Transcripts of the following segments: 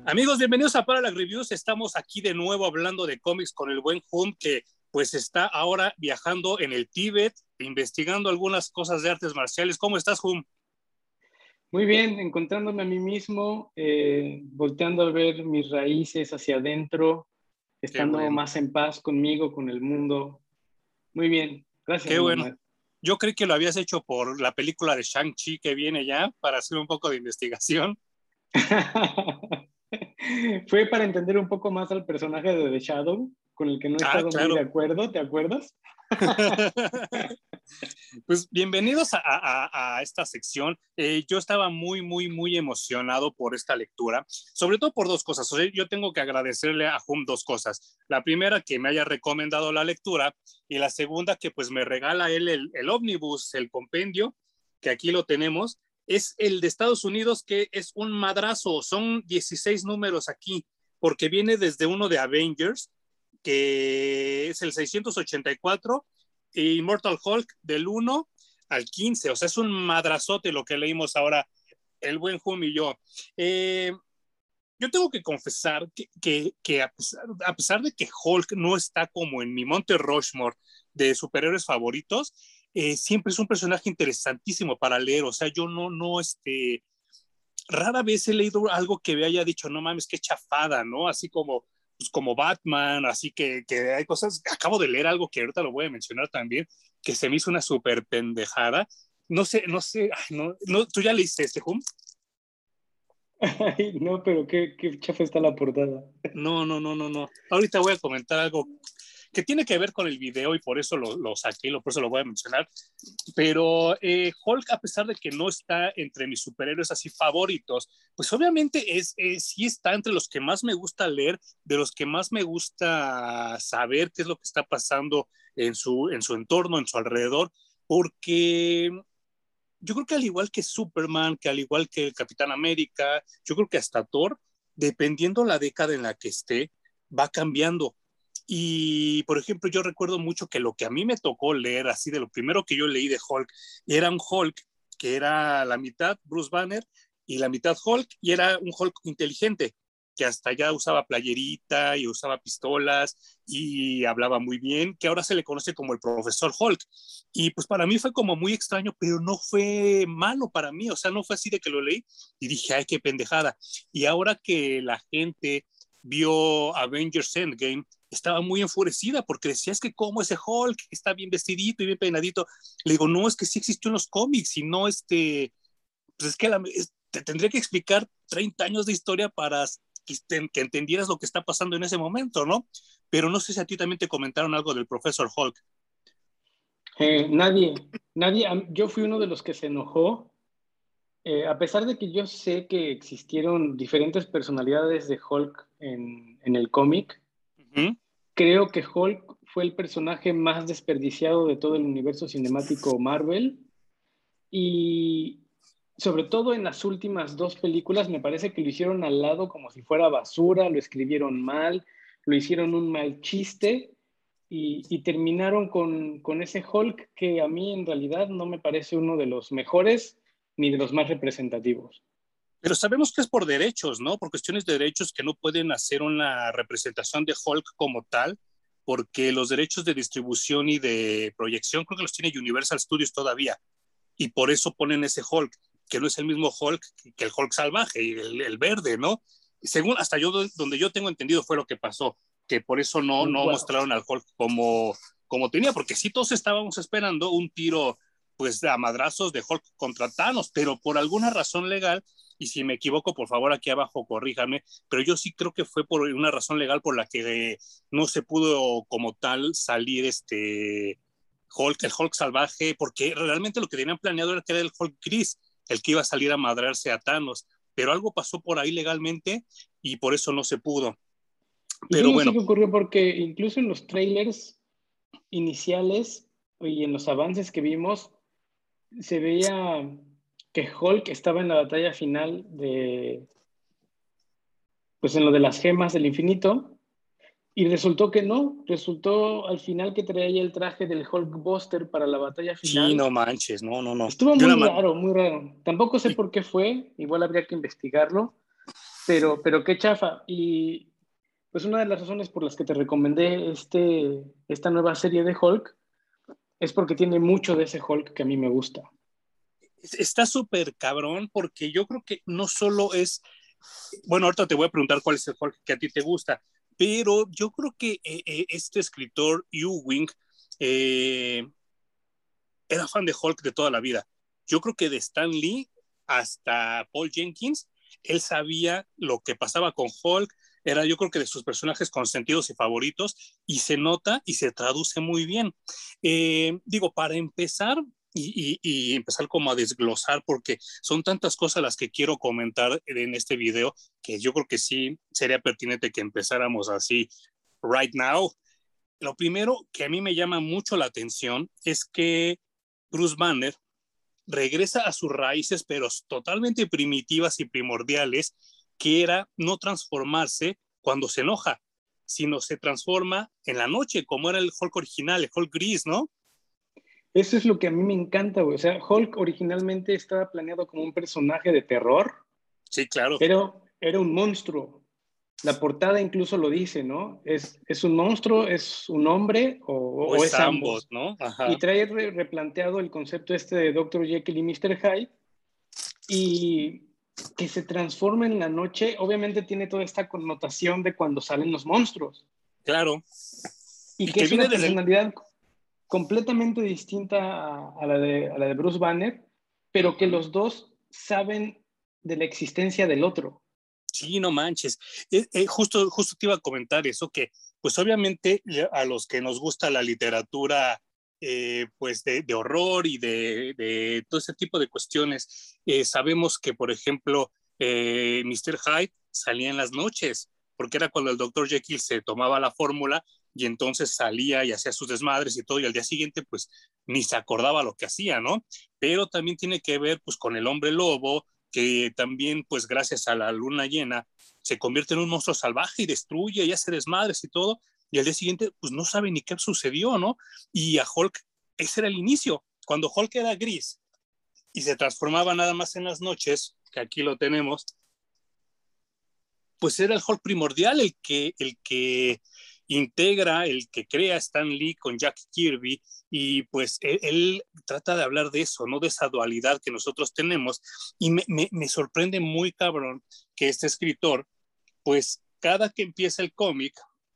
Amigos, bienvenidos a Parallax Reviews. Estamos aquí de nuevo hablando de cómics con el buen Hum, que pues está ahora viajando en el Tíbet, investigando algunas cosas de artes marciales. ¿Cómo estás, Hum? Muy bien, encontrándome a mí mismo, volteando a ver mis raíces hacia adentro, Qué estando bueno, más en paz conmigo, con el mundo. Muy bien, gracias, qué bueno. Emanuel. Yo creí que lo habías hecho por la película de Shang-Chi que viene ya, para hacer un poco de investigación. Fue para entender un poco más al personaje de The Shadow, con el que no he Ah, estado muy de claro. acuerdo, ¿te acuerdas? Pues bienvenidos a esta sección. Yo estaba muy emocionado por esta lectura, sobre todo por dos cosas. O sea, yo tengo que agradecerle a Hum dos cosas. La primera, que me haya recomendado la lectura, y la segunda, que pues me regala él el ómnibus, el compendio, que aquí lo tenemos. Es el de Estados Unidos, que es un madrazo. Son 16 números aquí, porque viene desde uno de Avengers, que es el 684, y Immortal Hulk del 1 al 15. O sea, es un madrazote lo que leímos ahora el buen Hum y yo. Yo tengo que confesar que a pesar de que Hulk no está como en mi Monte Rushmore de superhéroes favoritos, siempre es un personaje interesantísimo para leer. O sea, yo rara vez he leído algo que me haya dicho, no mames, qué chafada, ¿no? Así como, pues como Batman, así que hay cosas, acabo de leer algo que ahorita lo voy a mencionar también, que se me hizo una súper pendejada. Ay, no, ¿tú ya leíste este, Hum? Ay, no, pero qué chafa está la portada. No. Ahorita voy a comentar algo que tiene que ver con el video y por eso lo saqué, por eso lo voy a mencionar. Pero Hulk, a pesar de que no está entre mis superhéroes así favoritos, pues obviamente sí está entre los que más me gusta leer, de los que más me gusta saber qué es lo que está pasando en su entorno, en su alrededor, porque yo creo que al igual que Superman, que al igual que el Capitán América, yo creo que hasta Thor, dependiendo la década en la que esté, va cambiando. Y, por ejemplo, yo recuerdo mucho que lo que a mí me tocó leer, así de lo primero que yo leí de Hulk, era un Hulk que era la mitad Bruce Banner y la mitad Hulk, y era un Hulk inteligente, que hasta ya usaba playerita y usaba pistolas y hablaba muy bien, que ahora se le conoce como el profesor Hulk. Y pues para mí fue como muy extraño, pero no fue malo para mí, o sea, no fue así de que lo leí y dije, ay, qué pendejada. Y ahora que la gente vio Avengers Endgame, estaba muy enfurecida porque decía, es que cómo ese Hulk está bien vestidito y bien peinadito. Le digo, no, es que sí existió en los cómics y no pues es que te tendría que explicar 30 años de historia para que entendieras lo que está pasando en ese momento, ¿no? Pero no sé si a ti también te comentaron algo del profesor Hulk. Nadie, yo fui uno de los que se enojó, a pesar de que yo sé que existieron diferentes personalidades de Hulk en el cómic. Uh-huh. Creo que Hulk fue el personaje más desperdiciado de todo el universo cinemático Marvel y sobre todo en las últimas dos películas me parece que lo hicieron al lado como si fuera basura, lo escribieron mal, lo hicieron un mal chiste y terminaron con ese Hulk que a mí en realidad no me parece uno de los mejores ni de los más representativos. Pero sabemos que es por derechos, ¿no? Por cuestiones de derechos que no pueden hacer una representación de Hulk como tal, porque los derechos de distribución y de proyección creo que los tiene Universal Studios todavía. Y por eso ponen ese Hulk, que no es el mismo Hulk que el Hulk salvaje y el verde, ¿no? Según hasta yo, donde yo tengo entendido fue lo que pasó, que por eso no Wow. mostraron al Hulk como tenía, porque sí todos estábamos esperando un tiro pues a madrazos de Hulk contra Thanos, pero por alguna razón legal, y si me equivoco, por favor aquí abajo corríjame, pero yo sí creo que fue por una razón legal por la que no se pudo como tal salir Hulk, el Hulk salvaje, porque realmente lo que tenían planeado era que era el Hulk gris, el que iba a salir a madrarse a Thanos, pero algo pasó por ahí legalmente y por eso no se pudo. Y yo Pero no sé bueno, qué ocurrió porque incluso en los trailers iniciales y en los avances que vimos, se veía que Hulk estaba en la batalla final pues en lo de las gemas del infinito, y resultó que no, resultó al final que traía el traje del Hulkbuster para la batalla sí, final. no manches, no. Estuvo De una muy raro, muy raro. Tampoco sé y, por qué fue, igual habría que investigarlo, pero qué chafa. Y pues una de las razones por las que te recomendé esta nueva serie de Hulk es porque tiene mucho de ese Hulk que a mí me gusta. Está súper cabrón porque yo creo que no solo es, bueno, ahorita te voy a preguntar cuál es el Hulk que a ti te gusta, pero yo creo que este escritor Ewing eh, era fan de Hulk de toda la vida. Yo creo que de Stan Lee hasta Paul Jenkins, él sabía lo que pasaba con Hulk, era yo creo que de sus personajes consentidos y favoritos, y se nota y se traduce muy bien. Digo, para empezar, y empezar como a desglosar, porque son tantas cosas las que quiero comentar en este video, que yo creo que sí sería pertinente que empezáramos así right now. Lo primero que a mí me llama mucho la atención es que Bruce Banner regresa a sus raíces, pero totalmente primitivas y primordiales, que era no transformarse cuando se enoja, sino se transforma en la noche, como era el Hulk original, el Hulk gris, ¿no? Eso es lo que a mí me encanta, güey. O sea, Hulk originalmente estaba planeado como un personaje de terror, Sí, claro. pero era un monstruo. La portada incluso lo dice, ¿no? Es un monstruo, es un hombre O o es es ambos, ambos. ¿no? Y Ajá. trae replanteado el concepto este de Dr. Jekyll y Mr. Hyde y que se transforma en la noche, obviamente tiene toda esta connotación de cuando salen los monstruos Claro. y Y que que es viene una desde el... personalidad completamente distinta a la de Bruce Banner, pero que los dos saben de la existencia del otro. Sí, no manches. Justo te iba a comentar eso, que pues obviamente a los que nos gusta la literatura pues de horror y de todo ese tipo de cuestiones, sabemos que, por ejemplo, Mr. Hyde salía en las noches, porque era cuando el Dr. Jekyll se tomaba la fórmula y entonces salía y hacía sus desmadres y todo, y al día siguiente pues ni se acordaba lo que hacía, ¿no? Pero también tiene que ver pues con el hombre lobo, que también, pues gracias a la luna llena, se convierte en un monstruo salvaje y destruye y hace desmadres y todo, y al día siguiente, pues no sabe ni qué sucedió, ¿no? Y a Hulk, ese era el inicio, cuando Hulk era gris y se transformaba nada más en las noches, que aquí lo tenemos, pues era el Hulk primordial, el que integra, el que crea Stan Lee con Jack Kirby, y pues él trata de hablar de eso, ¿no? De esa dualidad que nosotros tenemos, y me sorprende muy cabrón que este escritor, pues cada que empieza el cómic,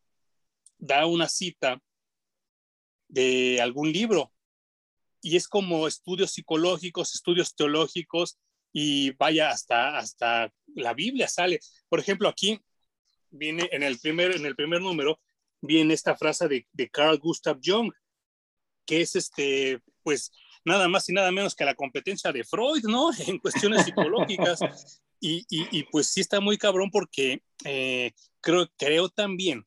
da una cita de algún libro, y es como estudios psicológicos, estudios teológicos, y vaya, hasta la Biblia sale. Por ejemplo, aquí viene en el primer número, viene esta frase de Carl Gustav Jung, que es pues nada más y nada menos que la competencia de Freud, ¿no? En cuestiones psicológicas. Y pues sí está muy cabrón porque creo también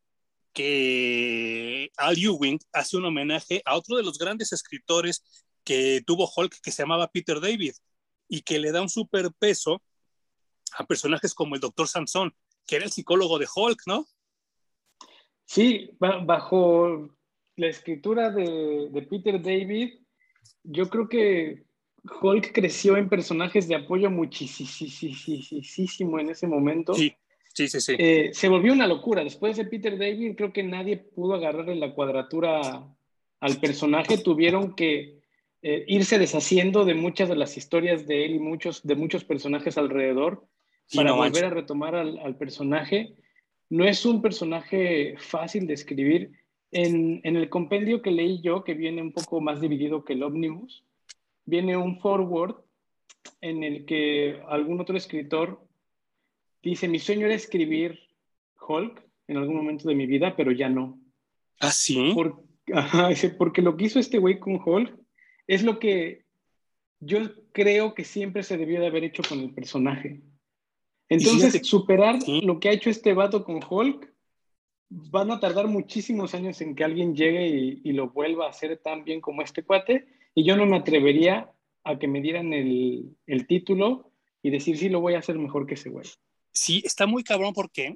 que Al Ewing hace un homenaje a otro de los grandes escritores que tuvo Hulk, que se llamaba Peter David, y que le da un super peso a personajes como el Doctor Sansón, que era el psicólogo de Hulk, ¿no? Sí, bajo la escritura de Peter David, yo creo que Hulk creció en personajes de apoyo muchísimo en ese momento. Sí, sí, sí, sí. Se volvió una locura. Después de Peter David, creo que nadie pudo agarrarle la cuadratura al personaje. Tuvieron que irse deshaciendo de muchas de las historias de él y de muchos personajes alrededor Sí, para no volver manches. a retomar al personaje. No es un personaje fácil de escribir. En el compendio que leí yo, que viene un poco más dividido que el Omnibus, viene un forward en el que algún otro escritor dice, mi sueño era escribir Hulk en algún momento de mi vida, pero ya no. Ah, sí. Por, ajá, porque lo que hizo este güey con Hulk es lo que yo creo que siempre se debió de haber hecho con el personaje. Y Entonces, fíjate, superar sí, lo que ha hecho este vato con Hulk, van a tardar muchísimos años en que alguien llegue y lo vuelva a hacer tan bien como este cuate, y yo no me atrevería a que me dieran el título y decir, sí, lo voy a hacer mejor que ese güey. sí, está muy cabrón porque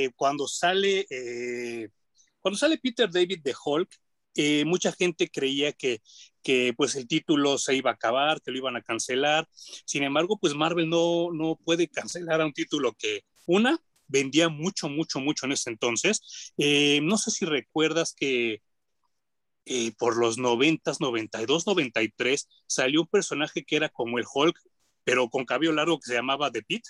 cuando sale Peter David de Hulk, mucha gente creía que pues el título se iba a acabar, que lo iban a cancelar. Sin embargo, pues Marvel no puede cancelar a un título Una, vendía mucho, mucho, mucho en ese entonces. No sé si recuerdas que por los 90, 92, 93, salió un personaje que era como el Hulk, pero con cabello largo, que se llamaba The Pit.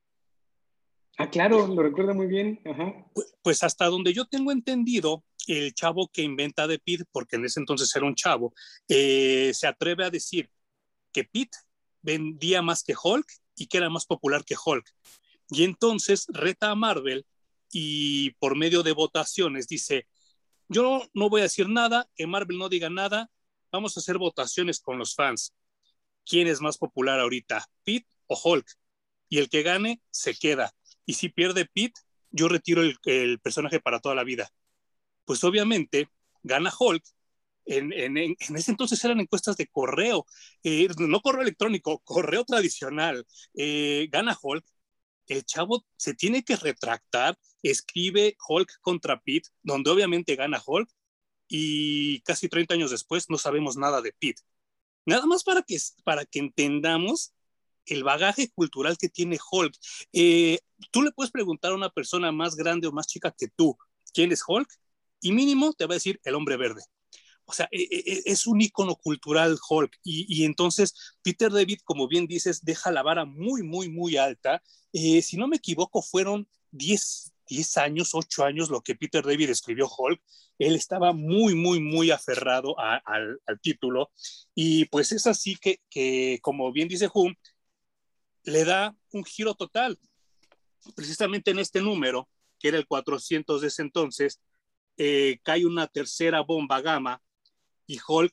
Ah, claro, lo recuerdo muy bien. Ajá. Pues hasta donde yo tengo entendido, el chavo que inventa The Pit, porque en ese entonces era un chavo, se atreve a decir que Pete vendía más que Hulk y que era más popular que Hulk. Y entonces reta a Marvel y por medio de votaciones dice, yo no voy a decir nada, que Marvel no diga nada, vamos a hacer votaciones con los fans. ¿Quién es más popular ahorita, Pete o Hulk? Y el que gane se queda. Y si pierde Pete, yo retiro el personaje para toda la vida. Pues obviamente gana Hulk. En ese entonces eran encuestas de correo, no correo electrónico, correo tradicional. Gana Hulk, el chavo se tiene que retractar, escribe Hulk contra Pete, donde obviamente gana Hulk, y casi 30 años después no sabemos nada de Pete. Nada más para que entendamos el bagaje cultural que tiene Hulk. Tú le puedes preguntar a una persona más grande o más chica que tú, ¿quién es Hulk? Y mínimo te va a decir el hombre verde. O sea, es un ícono cultural Hulk. Y entonces Peter David, como bien dices, deja la vara muy, muy, muy alta. Si no me equivoco, fueron 10 años, 8 años lo que Peter David escribió Hulk. Él estaba muy, muy, muy aferrado al título. Y pues es así que, como bien dice Hum, le da un giro total. Precisamente en este número, que era el 400 de ese entonces, cae una tercera bomba gamma y Hulk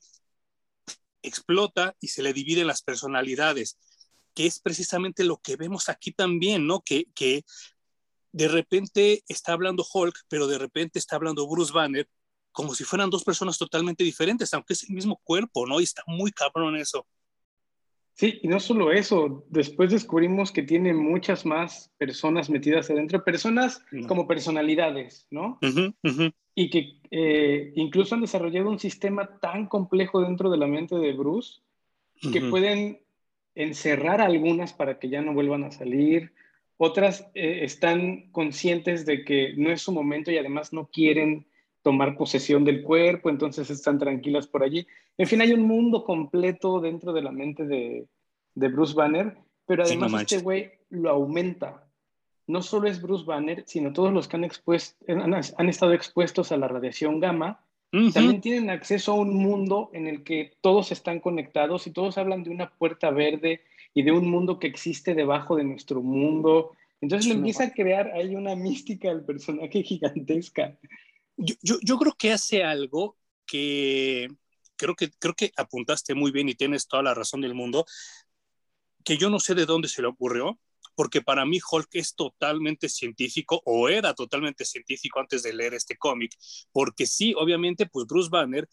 explota y se le dividen las personalidades, que es precisamente lo que vemos aquí también, ¿no? Que de repente está hablando Hulk, pero de repente está hablando Bruce Banner, como si fueran dos personas totalmente diferentes, aunque es el mismo cuerpo, ¿no? Y está muy cabrón eso. Sí, y no solo eso, después descubrimos que tiene muchas más personas metidas adentro, personas No. como personalidades, ¿no? Uh-huh, uh-huh. Y que incluso han desarrollado un sistema tan complejo dentro de la mente de Bruce que Uh-huh. pueden encerrar algunas para que ya no vuelvan a salir, otras están conscientes de que no es su momento y además no quieren tomar posesión del cuerpo, entonces están tranquilas por allí. En fin, hay un mundo completo dentro de la mente de Bruce Banner, pero Sí, no además este manches. güey lo aumenta. No solo es Bruce Banner, sino todos los que han estado expuestos a la radiación gamma, Uh-huh. también tienen acceso a un mundo en el que todos están conectados y todos hablan de una puerta verde y de un mundo que existe debajo de nuestro mundo. Entonces le Sí, no empieza a manches. crear ahí una mística al personaje gigantesca. Yo creo que hace algo que creo que apuntaste muy bien y tienes toda la razón del mundo, que yo no sé de dónde se le ocurrió, porque para mí Hulk es totalmente científico o era totalmente científico antes de leer este cómic, porque sí, obviamente, pues Bruce Banner,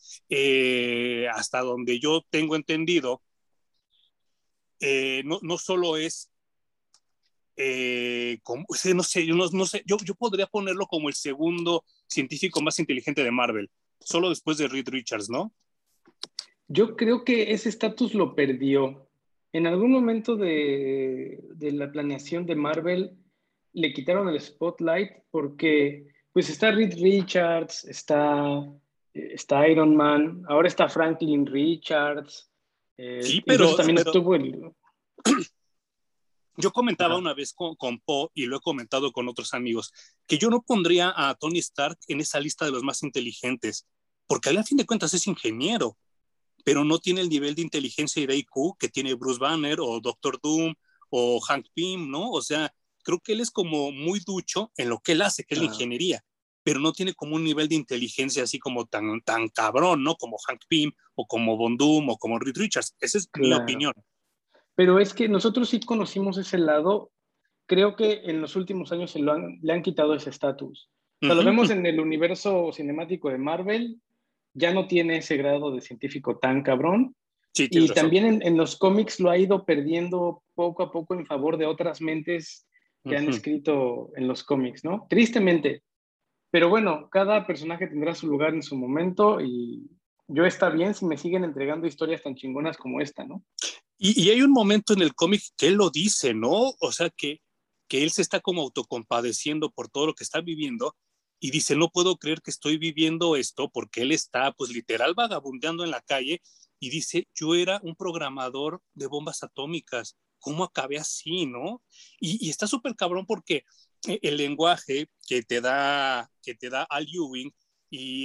hasta donde yo tengo entendido, no solo es, como, no sé, no sé, yo podría ponerlo como el segundo científico más inteligente de Marvel, solo después de Reed Richards, ¿no? Yo creo que ese estatus lo perdió. En algún momento de la planeación de Marvel le quitaron el spotlight porque pues está Reed Richards, está Iron Man, ahora está Franklin Richards, Sí, incluso también pero estuvo el... yo comentaba Ajá. una vez con Poe y lo he comentado con otros amigos, que yo no pondría a Tony Stark en esa lista de los más inteligentes, porque al fin de cuentas es ingeniero, pero no tiene el nivel de inteligencia y de IQ que tiene Bruce Banner o Doctor Doom o Hank Pym, ¿no? O sea, creo que él es como muy ducho en lo que él hace, que es la Ah, ingeniería, pero no tiene como un nivel de inteligencia así como tan cabrón, ¿no? Como Hank Pym o como Von Doom o como Reed Richards. Esa es mi claro. opinión. Pero es que nosotros sí conocimos ese lado. Creo que en los últimos años le han quitado ese estatus. O Uh sea, lo -huh, uh vemos -huh. en el universo cinemático de Marvel, ya no tiene ese grado de científico tan cabrón. Sí, tienes Y razón. también en los cómics lo ha ido perdiendo poco a poco en favor de otras mentes Uh que han -huh. escrito en los cómics, ¿no? Tristemente. Pero bueno, cada personaje tendrá su lugar en su momento y yo está bien si me siguen entregando historias tan chingonas como esta, ¿no? Y hay un momento en el cómic que él lo dice, ¿no? O sea, que que él se está como autocompadeciendo por todo lo que está viviendo y dice, no puedo creer que estoy viviendo esto, porque él está pues literal vagabundeando en la calle y dice, yo era un programador de bombas atómicas, ¿cómo acabé así, no? Y está súper cabrón porque el lenguaje que te da Al Ewing y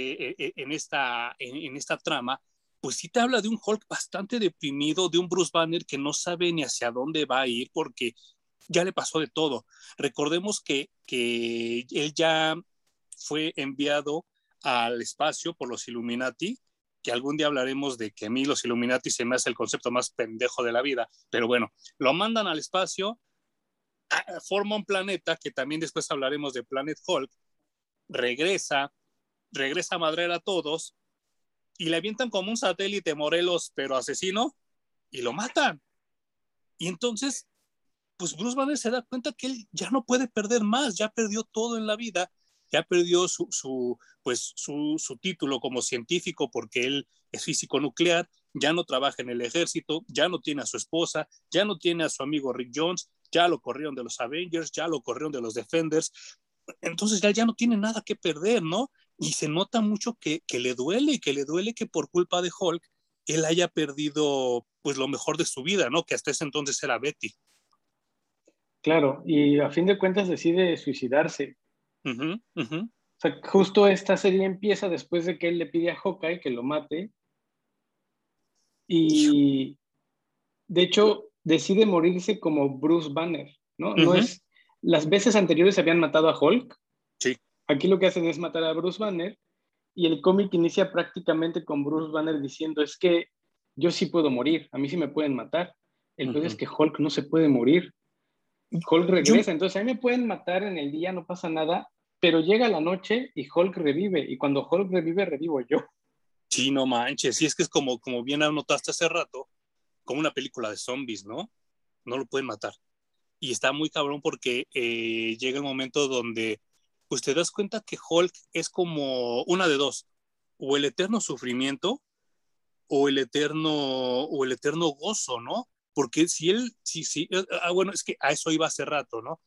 en esta trama, pues sí te habla de un Hulk bastante deprimido, de un Bruce Banner que no sabe ni hacia dónde va a ir porque ya le pasó de todo. Recordemos que él ya fue enviado al espacio por los Illuminati, que algún día hablaremos de que a mí los Illuminati se me hace el concepto más pendejo de la vida, pero bueno, lo mandan al espacio, forma un planeta, que también después hablaremos de Planet Hulk, regresa, regresa a madrear a todos, y le avientan como un satélite Morelos, pero asesino, y lo matan. Y entonces pues Bruce Banner se da cuenta que él ya no puede perder más, ya perdió todo en la vida, ya perdió su título como científico porque él es físico nuclear, ya no trabaja en el ejército, ya no tiene a su esposa, ya no tiene a su amigo Rick Jones, ya lo corrieron de los Avengers, ya lo corrieron de los Defenders, entonces ya no tiene nada que perder, ¿no? Y se nota mucho que le duele que por culpa de Hulk él haya perdido pues lo mejor de su vida, ¿no? Que hasta ese entonces era Betty. Claro, y a fin de cuentas decide suicidarse. Uh-huh, uh-huh. O sea, justo esta serie empieza después de que él le pide a Hawkeye que lo mate y de hecho decide morirse como Bruce Banner, ¿no? No Uh-huh. es, las veces anteriores habían matado a Hulk, Sí. aquí lo que hacen es matar a Bruce Banner y el cómic inicia prácticamente con Bruce Banner diciendo es que yo sí puedo morir, a mí sí me pueden matar. El peor es Uh-huh. que Hulk no se puede morir. Hulk Yo, regresa, entonces a mí me pueden matar en el día, no pasa nada, pero llega la noche y Hulk revive, y cuando Hulk revive, revivo yo. sí, no manches, sí es que es como bien anotaste hace rato, como una película de zombies, ¿no? No lo pueden matar. Y está muy cabrón porque llega el momento donde pues te das cuenta que Hulk es como una de dos, o el eterno sufrimiento o el eterno gozo, ¿no? Porque si él, sí, bueno, es que a eso iba hace rato, ¿no?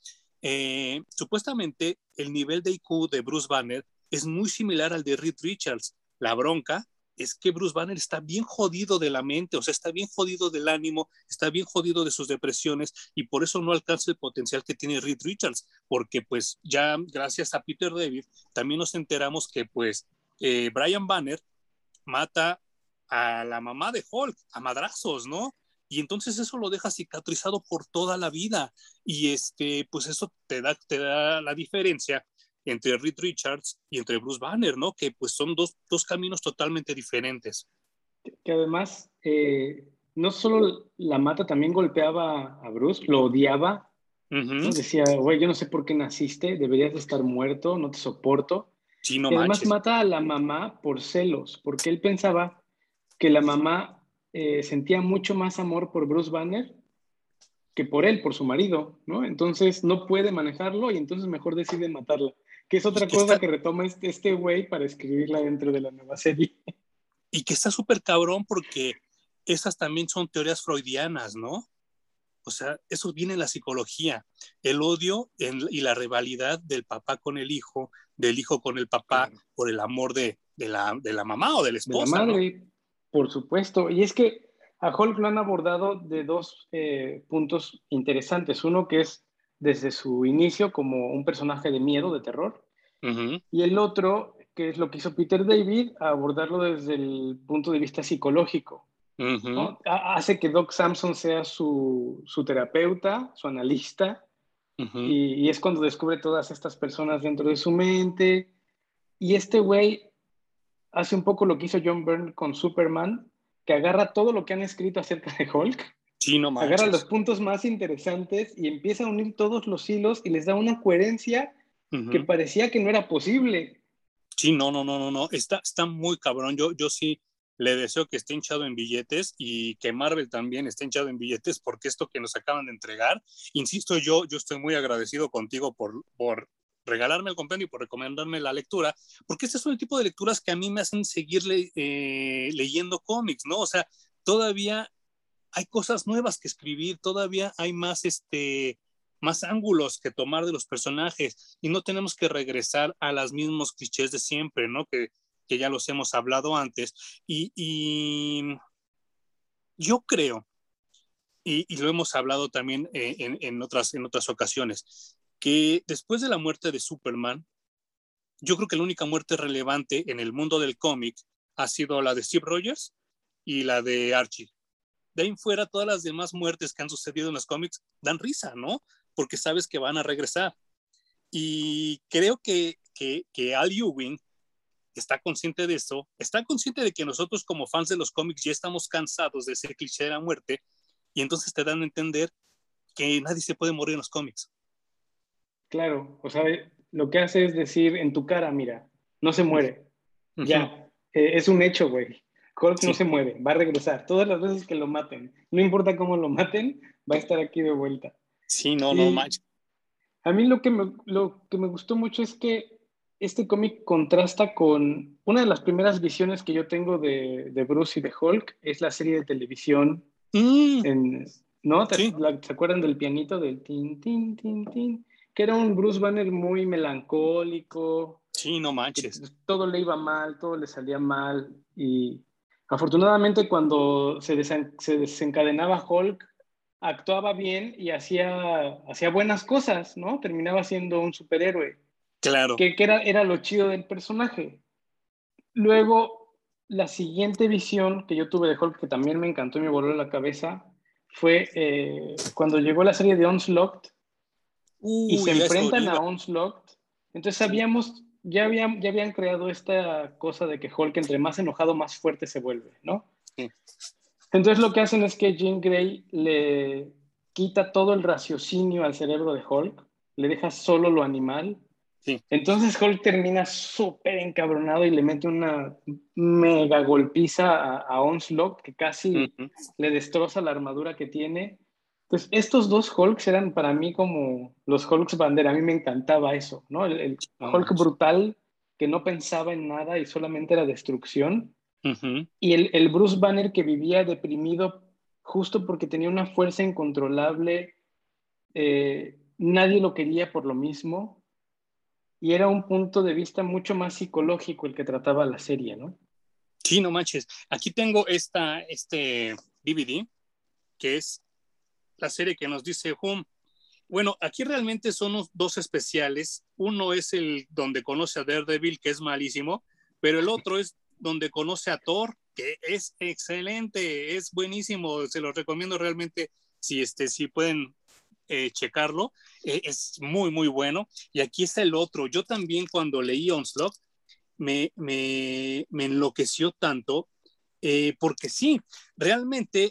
Supuestamente el nivel de IQ de Bruce Banner es muy similar al de Reed Richards. La bronca es que Bruce Banner está bien jodido de la mente, o sea, está bien jodido del ánimo, está bien jodido de sus depresiones y por eso no alcanza el potencial que tiene Reed Richards, porque pues ya gracias a Peter David también nos enteramos que pues Brian Banner mata a la mamá de Hulk a madrazos, ¿no? Y entonces eso lo deja cicatrizado por toda la vida. Y pues eso te da la diferencia entre Reed Richards y entre Bruce Banner, ¿no? Que pues son dos caminos totalmente diferentes. Que además, no solo la mata, también golpeaba a Bruce, lo odiaba, Uh-huh. ¿no? Decía, güey, yo no sé por qué naciste, deberías de estar muerto, no te soporto. Sí, no Y además manches. mata a la mamá por celos, porque él pensaba que la mamá sentía mucho más amor por Bruce Banner que por él, por su marido, ¿no? Entonces no puede manejarlo y entonces mejor decide matarla, que es Y otra que cosa está, que retoma este güey para escribirla dentro de la nueva serie. y que está súper cabrón porque esas también son teorías freudianas, ¿no? O sea, eso viene en la psicología. El odio y la rivalidad del papá con el hijo, del hijo con el papá, Claro. por el amor de la mamá o de la De la esposa, ¿no? madre, por supuesto. Y es que a Hulk lo han abordado de dos puntos interesantes. Uno que es desde su inicio como un personaje de miedo, de terror, Uh-huh, y el otro, que es lo que hizo Peter David, a abordarlo desde el punto de vista psicológico, uh-huh, ¿no? Hace que Doc Samson sea su terapeuta, su analista, uh-huh. y es cuando descubre todas estas personas dentro de su mente. Y este güey hace un poco lo que hizo John Byrne con Superman, que agarra todo lo que han escrito acerca de Hulk, Sí, no agarra los manches. puntos más interesantes y empieza a unir todos los hilos y les da una coherencia que Uh-huh. parecía que no era posible. Sí, no. Está muy cabrón. Yo sí le deseo que esté hinchado en billetes y que Marvel también esté hinchado en billetes porque esto que nos acaban de entregar, insisto, yo estoy muy agradecido contigo por regalarme el compendio y por recomendarme la lectura, porque este es un tipo de lecturas que a mí me hacen seguir leyendo cómics, ¿no? O sea, todavía hay cosas nuevas que escribir, todavía hay más más ángulos que tomar de los personajes y no tenemos que regresar a los mismos clichés de siempre, ¿no? Que ya los hemos hablado antes. Y yo creo, y lo hemos hablado también en otras ocasiones, que después de la muerte de Superman, yo creo que la única muerte relevante en el mundo del cómic ha sido la de Steve Rogers y la de Archie. De ahí en fuera, todas las demás muertes que han sucedido en los cómics dan risa, ¿no? Porque sabes que van a regresar. Y creo que Al Ewing está consciente de eso, está consciente de que nosotros como fans de los cómics ya estamos cansados de ese cliché de la muerte, y entonces te dan a entender que nadie se puede morir en los cómics. Claro, o sea, lo que hace es decir en tu cara, mira, no se muere. Ya, es un hecho, güey. Hulk no se muere, va a regresar. Todas las veces que lo maten, no importa cómo lo maten, va a estar aquí de vuelta. Sí, no Y manches. a mí lo que me gustó mucho es que este cómic contrasta con una de las primeras visiones que yo tengo de Bruce y de Hulk, es la serie de televisión en, ¿no? Sí. ¿Se acuerdan del pianito del tin, tin, tin, tin? Que era un Bruce Banner muy melancólico, Sí, no que manches. todo le iba mal, todo le salía mal. Y afortunadamente cuando se desencadenaba Hulk, actuaba bien y hacía buenas cosas, ¿no? Terminaba siendo un superhéroe, Claro. que era lo chido del personaje. Luego, la siguiente visión que yo tuve de Hulk, que también me encantó y me voló la cabeza, fue cuando llegó la serie de Onslaught y se Ya eso enfrentan a iba. Onslaught. Entonces Sí. ya habían creado esta cosa de que Hulk entre más enojado, más fuerte se vuelve, ¿no? Sí. Entonces lo que hacen es que Jean Grey le quita todo el raciocinio al cerebro de Hulk, le deja solo lo animal. Sí. Entonces Hulk termina súper encabronado y le mete una mega golpiza a Onslaught que casi Uh-huh. le destroza la armadura que tiene. Pues estos dos Hulks eran para mí como los Hulks bandera. A mí me encantaba eso, ¿no? El No Hulk manches. brutal que no pensaba en nada y solamente era destrucción. Uh-huh. Y el Bruce Banner que vivía deprimido justo porque tenía una fuerza incontrolable. Nadie lo quería por lo mismo. Y era un punto de vista mucho más psicológico el que trataba la serie, ¿no? Sí, no manches. Aquí tengo este DVD, que es la serie que nos dice Hum. Bueno, aquí realmente son dos especiales. Uno es el donde conoce a Daredevil, que es malísimo, pero el otro es donde conoce a Thor, que es excelente, es buenísimo. Se los recomiendo realmente si pueden checarlo. Es muy, muy bueno. Y aquí está el otro. Yo también cuando leí Onslaught me enloqueció tanto, porque sí, realmente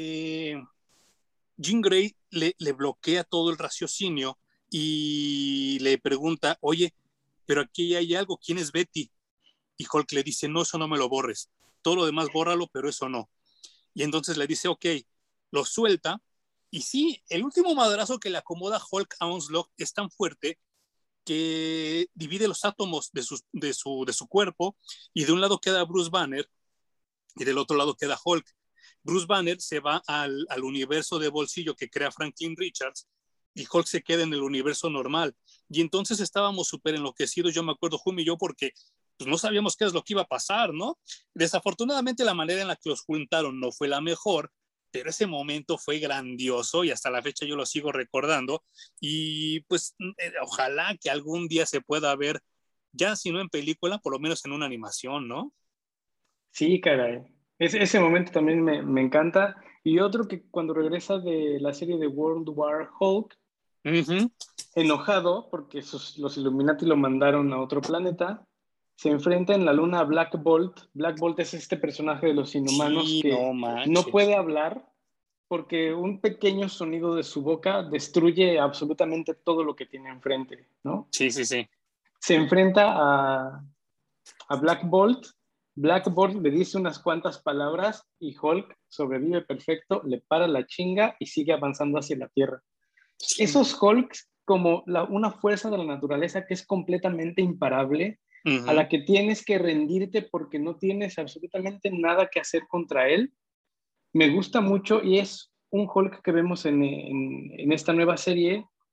Jean Grey le bloquea todo el raciocinio y le pregunta, oye, pero aquí hay algo, ¿quién es Betty? Y Hulk le dice, no, eso no me lo borres, todo lo demás bórralo, pero eso no. Y entonces le dice, ok, lo suelta, y sí, el último madrazo que le acomoda Hulk a Onslaught es tan fuerte que divide los átomos de su cuerpo, y de un lado queda Bruce Banner y del otro lado queda Hulk. Bruce Banner se va al universo de bolsillo que crea Franklin Richards y Hulk se queda en el universo normal. Y entonces estábamos súper enloquecidos, yo me acuerdo, Jum y yo, porque pues, no sabíamos qué es lo que iba a pasar, ¿no? Desafortunadamente la manera en la que los juntaron no fue la mejor, pero ese momento fue grandioso y hasta la fecha yo lo sigo recordando. Y pues ojalá que algún día se pueda ver, ya si no en película, por lo menos en una animación, ¿no? Sí, caray. Ese momento también me encanta. Y otro que cuando regresa de la serie de World War Hulk, Uh-huh. enojado porque los Illuminati lo mandaron a otro planeta, se enfrenta en la luna a Black Bolt. Black Bolt es este personaje de los Inhumanos Sí, no que no manches. puede hablar porque un pequeño sonido de su boca destruye absolutamente todo lo que tiene enfrente, ¿no? Sí, sí, sí. Se enfrenta a Black Bolt. Black Bolt le dice unas cuantas palabras y Hulk sobrevive perfecto, le para la chinga y sigue avanzando hacia la Tierra. Sí. Esos Hulks como una fuerza de la naturaleza que es completamente imparable, a Uh-huh. la que tienes que rendirte porque no tienes absolutamente nada que hacer contra él, me gusta mucho y es un Hulk que vemos en esta nueva serie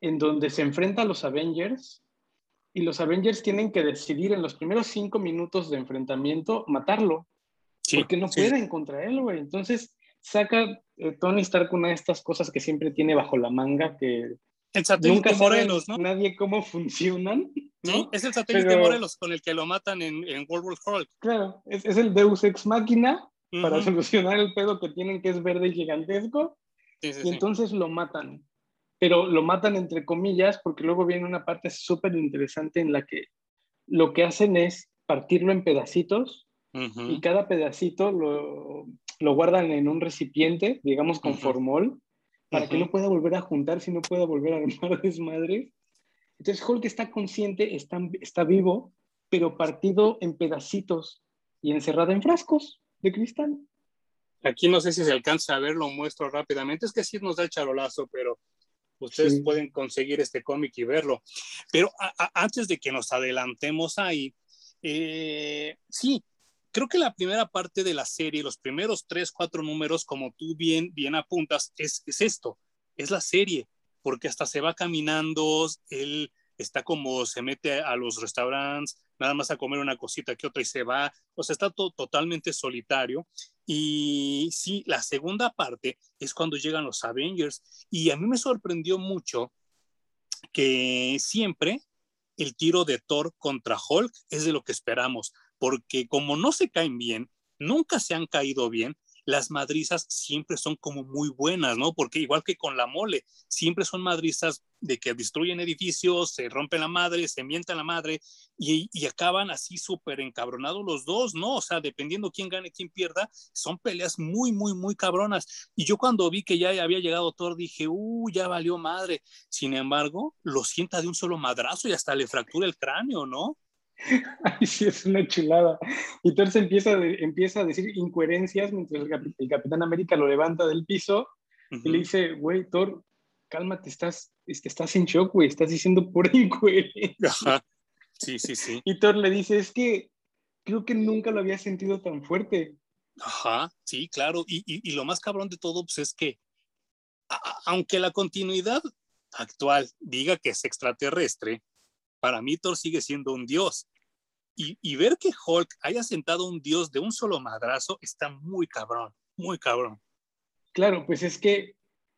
en donde se enfrenta a los Avengers y los Avengers tienen que decidir en los primeros 5 minutos de enfrentamiento matarlo, Sí, porque no sí. pueden contra él, güey. Entonces saca Tony Stark una de estas cosas que siempre tiene bajo la manga, que El nunca satélite saben Morelos, ¿no? nadie cómo funcionan, Sí, ¿no? es el satélite Pero Morelos con el que lo matan en World War Hulk. claro, es el Deus Ex Machina para Uh-huh. solucionar el pedo que tienen, que es verde y gigantesco, Sí, sí, y sí. entonces lo matan. Pero lo matan entre comillas, porque luego viene una parte súper interesante en la que lo que hacen es partirlo en pedacitos y Uh-huh. cada pedacito lo guardan en un recipiente, digamos con Uh-huh. formol, para que Uh-huh. no pueda volver a juntarse y no pueda volver a armar desmadre. Entonces Hulk está consciente, está vivo, pero partido en pedacitos y encerrado en frascos de cristal. Aquí no sé si se alcanza a ver, lo muestro rápidamente. Es que sí nos da el charolazo, pero ustedes Sí, pueden conseguir este cómic y verlo. Pero antes de que nos adelantemos ahí, sí, creo que la primera parte de la serie, los primeros 3, 4 números, como tú bien apuntas, es esto, es la serie, porque hasta se va caminando, él está como, se mete a los restaurantes, nada más a comer una cosita que otra y se va, o sea, está totalmente solitario. Y sí, la segunda parte es cuando llegan los Avengers, y a mí me sorprendió mucho que siempre el tiro de Thor contra Hulk es de lo que esperamos, porque como no se caen bien, nunca se han caído bien, las madrizas siempre son como muy buenas, ¿no? Porque igual que con la mole, siempre son madrizas de que destruyen edificios, se rompen la madre, se mientan la madre y acaban así súper encabronados los dos, ¿no? O sea, dependiendo quién gane, quién pierda, son peleas muy cabronas. Y yo cuando vi que ya había llegado Thor dije, ya valió madre. Sin embargo, lo sienta de un solo madrazo y hasta le fractura el cráneo, ¿no? ay, sí, es una chulada. Y entonces empieza a decir incoherencias mientras el Capitán América lo levanta del piso y le Uh-huh. dice, güey, Thor, cálmate, estás en shock, güey, estás diciendo pura incoherencia. Ajá. Sí, sí, sí. Y Thor le dice, es que creo que nunca lo había sentido tan fuerte. Ajá, sí, claro. Y lo más cabrón de todo pues, es que, aunque la continuidad actual diga que es extraterrestre, para mí Thor sigue siendo un dios. Y ver que Hulk haya sentado un dios de un solo madrazo está muy cabrón, muy cabrón. Claro, pues es que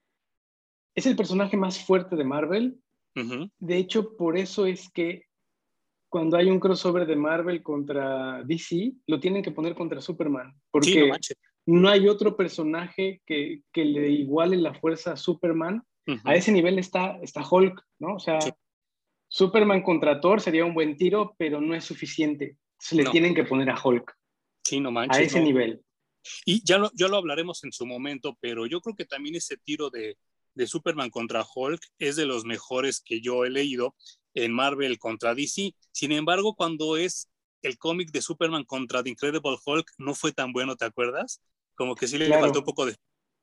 es el personaje más fuerte de Marvel. Uh-huh. De hecho, por eso es que cuando hay un crossover de Marvel contra DC, lo tienen que poner contra Superman, Sí, no porque manches. no hay otro personaje que le iguale la fuerza a Superman. A Uh-huh. ese nivel está Hulk, ¿no? O Sí, sea, Superman contra Thor sería un buen tiro, pero no es suficiente. Se le no, tienen que poner a Hulk, sí, no a manches, ese no. nivel. Y ya lo hablaremos en su momento, pero yo creo que también ese tiro de Superman contra Hulk es de los mejores que yo he leído en Marvel contra DC. Sin embargo, cuando es el cómic de Superman contra The Incredible Hulk, no fue tan bueno, ¿te acuerdas? Como que sí le faltó un Claro, poco de...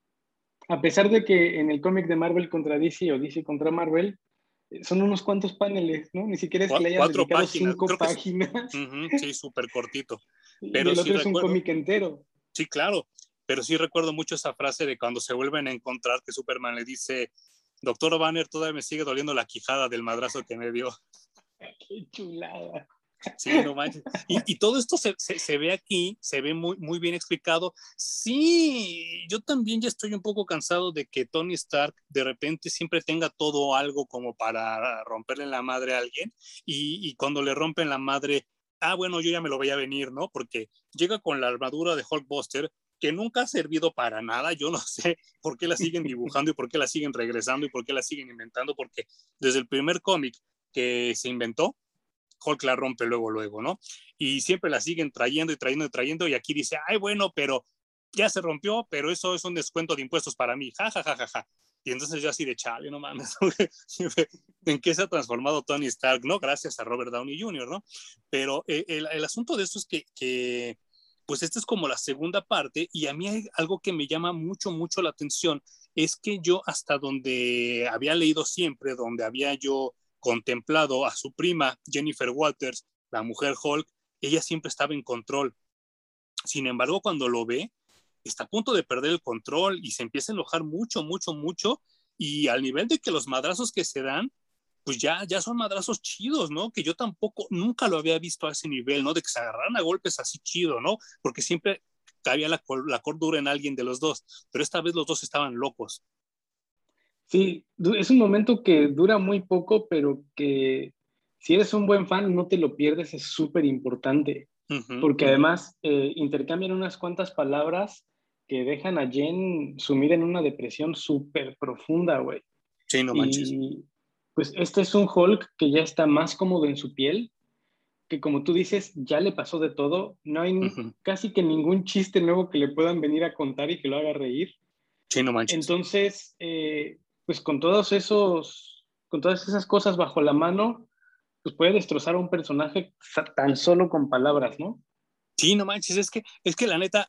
a pesar de que en el cómic de Marvel contra DC o DC contra Marvel, son unos cuantos paneles, ¿no? Ni siquiera es que le hayan Cuatro dedicado páginas, cinco creo que es... páginas Sí, súper cortito. y Pero el sí otro es un recuerdo, cómic entero. sí, claro, pero sí recuerdo mucho esa frase de cuando se vuelven a encontrar que Superman le dice, Doctor Banner, todavía me sigue doliendo la quijada del madrazo que me dio. Qué chulada. Sí, no manches. Y todo esto se ve aquí, se ve muy bien explicado. Sí, yo también ya estoy un poco cansado de que Tony Stark de repente siempre tenga todo algo como para romperle la madre a alguien y cuando le rompen la madre, bueno, yo ya me lo veía venir, ¿no? Porque llega con la armadura de Hulkbuster que nunca ha servido para nada. Yo no sé por qué la siguen dibujando y por qué la siguen regresando y por qué la siguen inventando, porque desde el primer cómic que se inventó, Hulk la rompe luego, ¿no? Y siempre la siguen trayendo, y aquí dice, ay, bueno, pero ya se rompió, pero eso es un descuento de impuestos para mí, ja. Y entonces yo así de chale, no mames, ¿en qué se ha transformado Tony Stark? No, gracias a Robert Downey Jr., ¿no? Pero el asunto de esto es que, pues esta es como la segunda parte, y a mí hay algo que me llama mucho la atención, es que yo hasta donde había leído siempre, donde había yo contemplado a su prima Jennifer Walters, la mujer Hulk, ella siempre estaba en control. Sin embargo, cuando lo ve, está a punto de perder el control y se empieza a enojar mucho. y al nivel de que los madrazos que se dan, pues ya son madrazos chidos, ¿no? Que yo tampoco, nunca lo había visto a ese nivel, ¿no? De que se agarraran a golpes así chido, ¿no? Porque siempre cabía la cordura en alguien de los dos, pero esta vez los dos estaban locos. Sí, es un momento que dura muy poco, pero que si eres un buen fan no te lo pierdes, es súper importante, porque además intercambian unas cuantas palabras que dejan a Jen sumida en una depresión súper profunda, güey. Sí, no manches. Y pues este es un Hulk que ya está más cómodo en su piel, que como tú dices, ya le pasó de todo, no hay casi que ningún chiste nuevo que le puedan venir a contar y que lo haga reír. Sí, no manches. Entonces, pues con todas esas cosas bajo la mano, pues puede destrozar a un personaje tan solo con palabras, ¿no? Sí, no manches, es que la neta,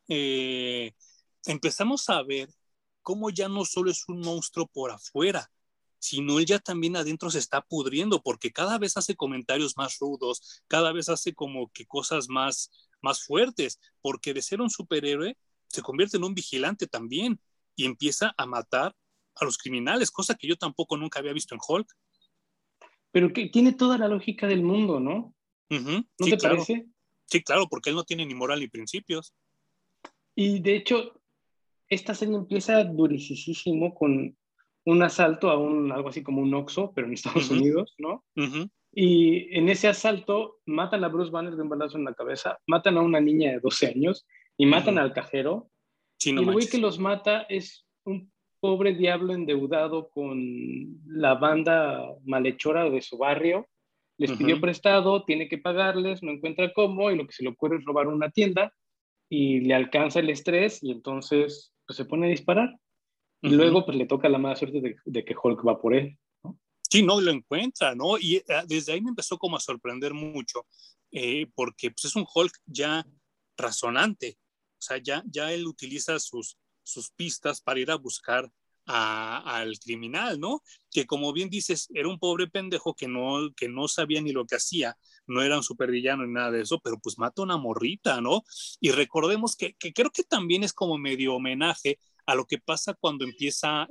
empezamos a ver cómo ya no solo es un monstruo por afuera, sino él ya también adentro se está pudriendo, porque cada vez hace comentarios más rudos, cada vez hace como que cosas más fuertes, porque de ser un superhéroe se convierte en un vigilante también y empieza a matar a los criminales, cosa que yo tampoco nunca había visto en Hulk. Pero que tiene toda la lógica del mundo, ¿no? ¿No Sí, te claro, parece? sí, claro, porque él no tiene ni moral ni principios. Y de hecho, esta serie empieza durisísimo con un asalto a algo así como un Oxxo, pero en Estados Uh Unidos, ¿no? -huh. Y en ese asalto matan a Bruce Banner de un balazo en la cabeza, matan a una niña de 12 años y matan al cajero. Sí, no Y el güey que manches. los mata es un pobre diablo endeudado con la banda malhechora de su barrio. Les pidió prestado, tiene que pagarles, no encuentra cómo y lo que se le ocurre es robar una tienda y le alcanza el estrés y entonces pues, se pone a disparar. Y luego pues le toca la mala suerte de que Hulk va por él, ¿no? Sí, no, lo encuentra, ¿no? Y desde ahí me empezó como a sorprender mucho, porque pues, es un Hulk ya razonante, o sea, ya él utiliza sus pistas para ir a buscar al criminal, ¿no? Que como bien dices, era un pobre pendejo que no sabía ni lo que hacía, no era un supervillano ni nada de eso, pero pues mata a una morrita, ¿no? Y recordemos que creo que también es como medio homenaje a lo que pasa cuando empieza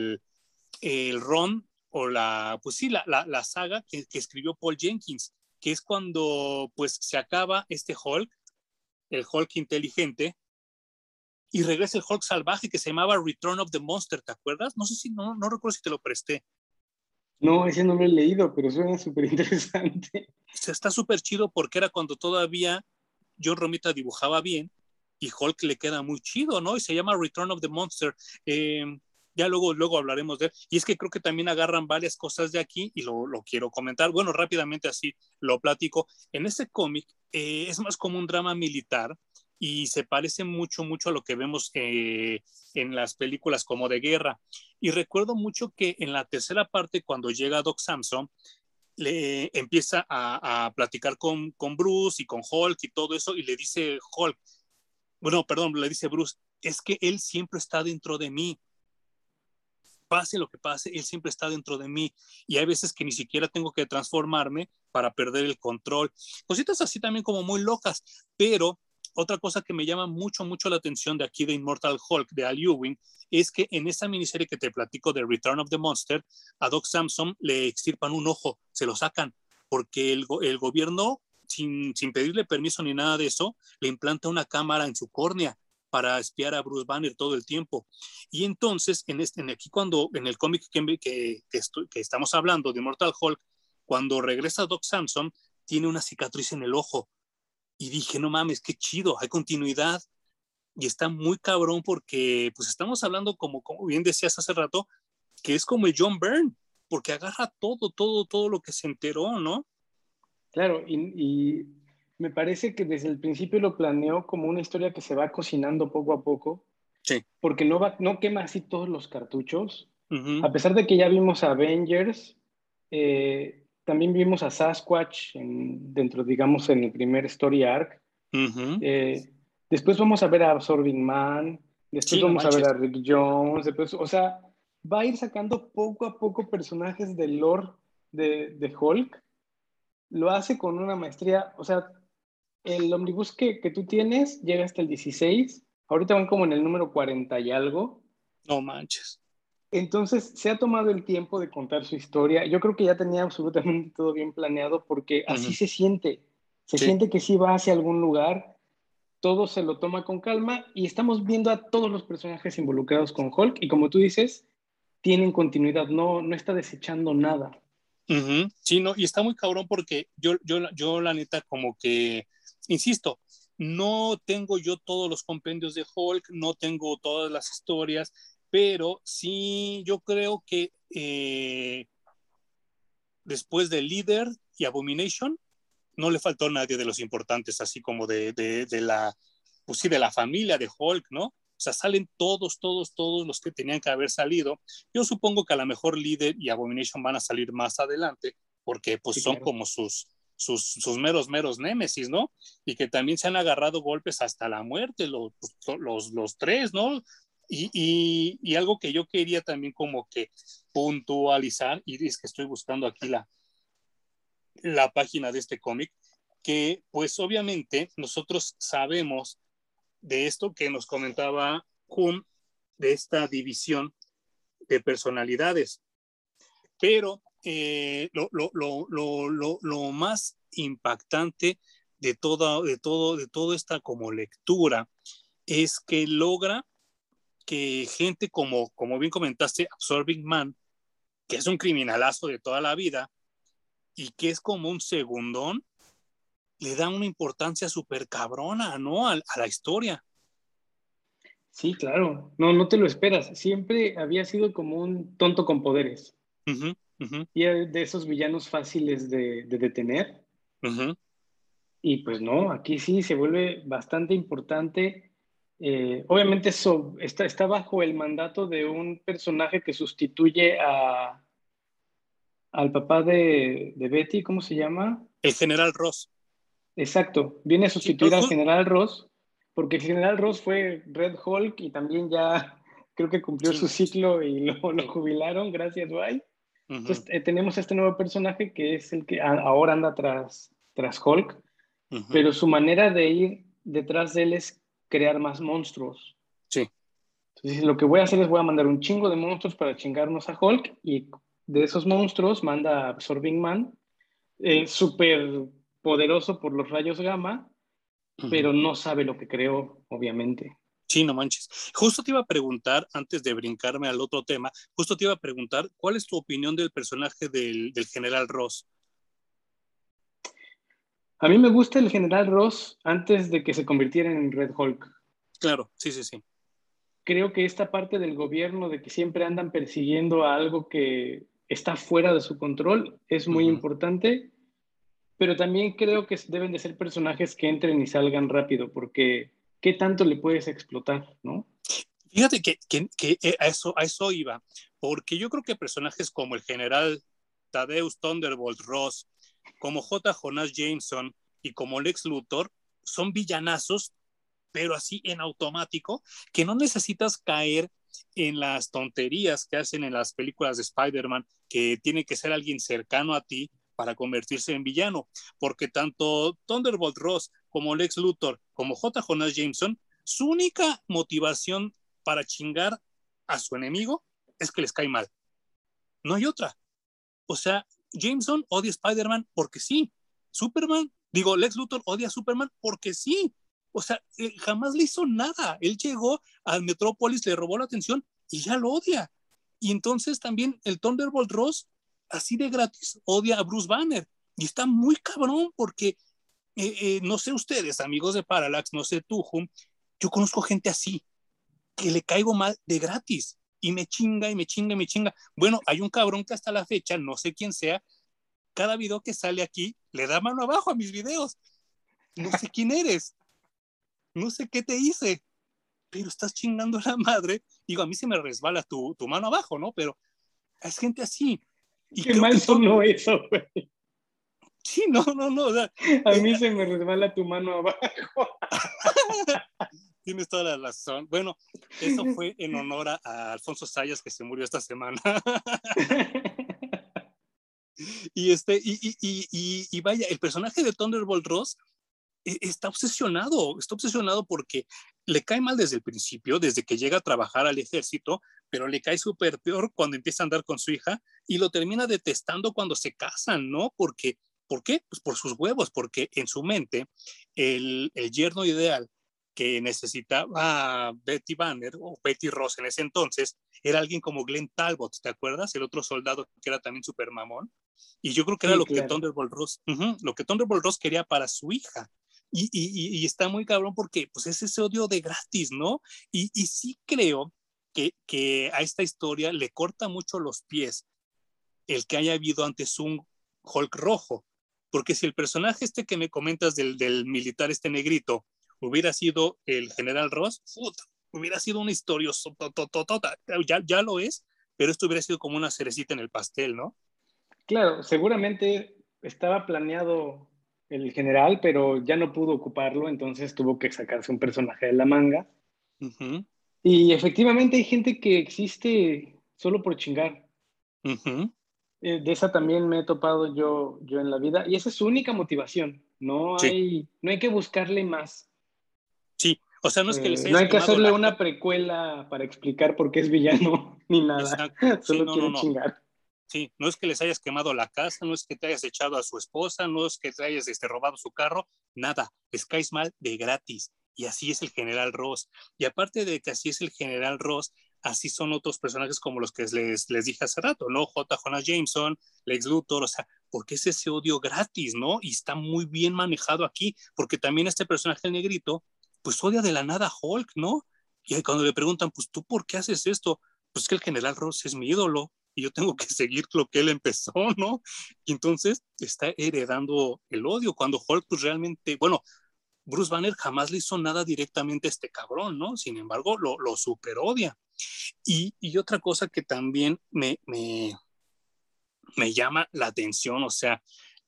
el Ron o pues sí, la saga que escribió Paul Jenkins, que es cuando pues se acaba este Hulk, el Hulk inteligente, y regresa el Hulk salvaje que se llamaba Return of the Monster, ¿te acuerdas? No sé si, no recuerdo si te lo presté. No, ese no lo he leído, pero suena súper interesante. Está súper chido porque era cuando todavía John Romita dibujaba bien y Hulk le queda muy chido, ¿no? Y se llama Return of the Monster. Ya luego hablaremos de él. Y es que creo que también agarran varias cosas de aquí y lo quiero comentar. Bueno, rápidamente así lo platico. En este cómic es más como un drama militar y se parece mucho a lo que vemos en las películas como de guerra. Y recuerdo mucho que en la tercera parte, cuando llega Doc Samson, le empieza a platicar con Bruce y con Hulk y todo eso, y le dice Hulk, bueno, perdón, le dice Bruce, es que él siempre está dentro de mí, pase lo que pase, él siempre está dentro de mí, y hay veces que ni siquiera tengo que transformarme para perder el control. Cositas así también como muy locas, pero otra cosa que me llama mucho la atención de aquí de Immortal Hulk, de Al Ewing, es que en esa miniserie que te platico de Return of the Monster, a Doc Samson le extirpan un ojo, se lo sacan, porque el gobierno, sin pedirle permiso ni nada de eso, le implanta una cámara en su córnea para espiar a Bruce Banner todo el tiempo. Y entonces, aquí cuando, en el cómic que estamos hablando de Immortal Hulk, cuando regresa Doc Samson, tiene una cicatriz en el ojo. Y dije, no mames, qué chido, hay continuidad. Y está muy cabrón porque, pues estamos hablando, como bien decías hace rato, que es como el John Byrne, porque agarra todo lo que se enteró, ¿no? Claro, y me parece que desde el principio lo planeó como una historia que se va cocinando poco a poco, Sí. porque no quema así todos los cartuchos. Uh-huh. A pesar de que ya vimos a Avengers, también vimos a Sasquatch dentro, digamos, en el primer story arc. Uh-huh. Después vamos a ver a Absorbing Man, después Sí, no vamos a ver manches. a Rick Jones, después, o sea, va a ir sacando poco a poco personajes del lore de Hulk. Lo hace con una maestría, o sea, el omnibus que tú tienes llega hasta el 16, ahorita van como en el número 40 y algo, No manches. Entonces, se ha tomado el tiempo de contar su historia. Yo creo que ya tenía absolutamente todo bien planeado porque así Ujú. se siente. Se Sí. siente que sí va hacia algún lugar, todo se lo toma con calma y estamos viendo a todos los personajes involucrados con Hulk y como tú dices, tienen continuidad, no está desechando nada. Ujú. Sí, no, y está muy cabrón porque yo la neta como que, insisto, no tengo yo todos los compendios de Hulk, no tengo todas las historias, pero sí yo creo que después de Líder y Abomination, no le faltó a nadie de los importantes, así como de la, pues sí, de la familia de Hulk, ¿no? O sea, salen todos los que tenían que haber salido. Yo supongo que a lo mejor Líder y Abomination van a salir más adelante, porque pues Sí, son claro. como sus meros némesis, ¿no? Y que también se han agarrado golpes hasta la muerte, los tres, ¿no? Y algo que yo quería también como que puntualizar, y es que estoy buscando aquí la página de este cómic, que pues obviamente nosotros sabemos de esto que nos comentaba Hum, de esta división de personalidades, pero lo más impactante de toda esta como lectura es que logra que gente como bien comentaste, Absorbing Man, que es un criminalazo de toda la vida y que es como un segundón, le da una importancia súper cabrona, ¿no? A la historia. Sí, claro. No te lo esperas. Siempre había sido como un tonto con poderes. Uh-huh, uh-huh, Y era de esos villanos fáciles de detener. uh-huh. Y pues no, aquí sí se vuelve bastante importante. Obviamente eso está bajo el mandato de un personaje que sustituye al papá de Betty, ¿cómo se llama? El general Ross. Exacto, viene a Sí, sustituir al general Ross, porque el general Ross fue Red Hulk y también ya creo que cumplió sí, su no, ciclo y lo sí. jubilaron, gracias, bye. Uh-huh, Entonces tenemos este nuevo personaje que es el que ahora anda tras Hulk, uh-huh. pero su manera de ir detrás de él es crear más monstruos. Sí. Entonces lo que voy a hacer es voy a mandar un chingo de monstruos para chingarnos a Hulk y de esos monstruos manda a Absorbing Man, súper poderoso por los rayos gamma, Uh-huh. pero no sabe lo que creó, obviamente. Sí, no manches. Justo te iba a preguntar, antes de brincarme al otro tema, justo te iba a preguntar, ¿cuál es tu opinión del personaje del general Ross? A mí me gusta el general Ross antes de que se convirtiera en Red Hulk. Claro, sí, sí, sí. Creo que esta parte del gobierno de que siempre andan persiguiendo a algo que está fuera de su control es muy Uh-huh. importante, pero también creo que deben de ser personajes que entren y salgan rápido, porque ¿qué tanto le puedes explotar, no? Fíjate que a eso iba, porque yo creo que personajes como el general Thaddeus Thunderbolt Ross, como J. Jonas Jameson y como Lex Luthor, son villanazos, pero así en automático, que no necesitas caer en las tonterías que hacen en las películas de Spider-Man, que tiene que ser alguien cercano a ti para convertirse en villano, porque tanto Thunderbolt Ross como Lex Luthor como J. Jonas Jameson, su única motivación para chingar a su enemigo es que les cae mal. No hay otra. O sea, Jameson odia a Spider-Man porque sí. Superman, digo, Lex Luthor odia a Superman porque sí. O sea, jamás le hizo nada. Él llegó al Metrópolis, le robó la atención y ya lo odia. Y entonces también el Thunderbolt Ross, así de gratis, odia a Bruce Banner. Y está muy cabrón porque, no sé ustedes, amigos de Parallax, no sé tú, Hum, yo conozco gente así, que le caigo mal de gratis. Y me chinga y me chinga y me chinga. Bueno, hay un cabrón que hasta la fecha, no sé quién sea, cada video que sale aquí le da mano abajo a mis videos. No sé quién eres, no sé qué te hice, pero estás chingando a la madre. Digo, a mí se me resbala tu mano abajo, ¿no? Pero es gente así. Y Qué creo mal que todo, sonó eso, güey. sí, no, o sea, A mí se me resbala tu mano abajo. tienes toda la razón. Bueno, eso fue en honor a Alfonso Sayas, que se murió esta semana. Y vaya, el personaje de Thunderbolt Ross está obsesionado porque le cae mal desde el principio, desde que llega a trabajar al ejército, pero le cae súper peor cuando empieza a andar con su hija y lo termina detestando cuando se casan, ¿no? Porque, ¿por qué? Pues por sus huevos, porque en su mente el yerno ideal que necesitaba Betty Banner o Betty Ross en ese entonces era alguien como Glenn Talbot, ¿te acuerdas? El otro soldado que era también súper mamón. Y yo creo que era Sí, lo que claro. Thunderbolt Ross, lo que Thunderbolt Ross quería para su hija. Y está muy cabrón porque pues es ese odio de gratis, ¿no? Y sí creo que a esta historia le corta mucho los pies el que haya habido antes un Hulk rojo. Porque si el personaje este que me comentas del militar este negrito hubiera sido el general Ross, puta, hubiera sido una historia ya lo es, pero esto hubiera sido como una cerecita en el pastel, ¿no? Claro, seguramente estaba planeado el general, pero ya no pudo ocuparlo, entonces tuvo que sacarse un personaje de la manga. Uh-huh, Y efectivamente hay gente que existe solo por chingar. uh-huh. De esa también me he topado yo en la vida, y esa es su única motivación. Sí, No hay que buscarle más. sí. O sea, no es que les No hayas hay que quemado hacerle la una casa. precuela para explicar por qué es villano ni nada. Exacto. Sí, Solo no, no, quiere no. chingar. Sí, no es que les hayas quemado la casa, no es que te hayas echado a su esposa, no es que te hayas robado su carro, nada, les caes mal de gratis. Y así es el general Ross. Y aparte de que así es el general Ross, así son otros personajes como los que les dije hace rato, ¿no? J. Jonah Jameson, Lex Luthor, o sea, porque es ese odio gratis, ¿no? Y está muy bien manejado aquí, porque también este personaje, el negrito, pues odia de la nada a Hulk, ¿no? Y cuando le preguntan, pues tú, ¿por qué haces esto? Pues que el general Ross es mi ídolo y yo tengo que seguir lo que él empezó, ¿no? Y entonces está heredando el odio cuando Hulk pues realmente, bueno, Bruce Banner jamás le hizo nada directamente a este cabrón, ¿no? Sin embargo, lo super odia. Y otra cosa que también me llama la atención, o sea,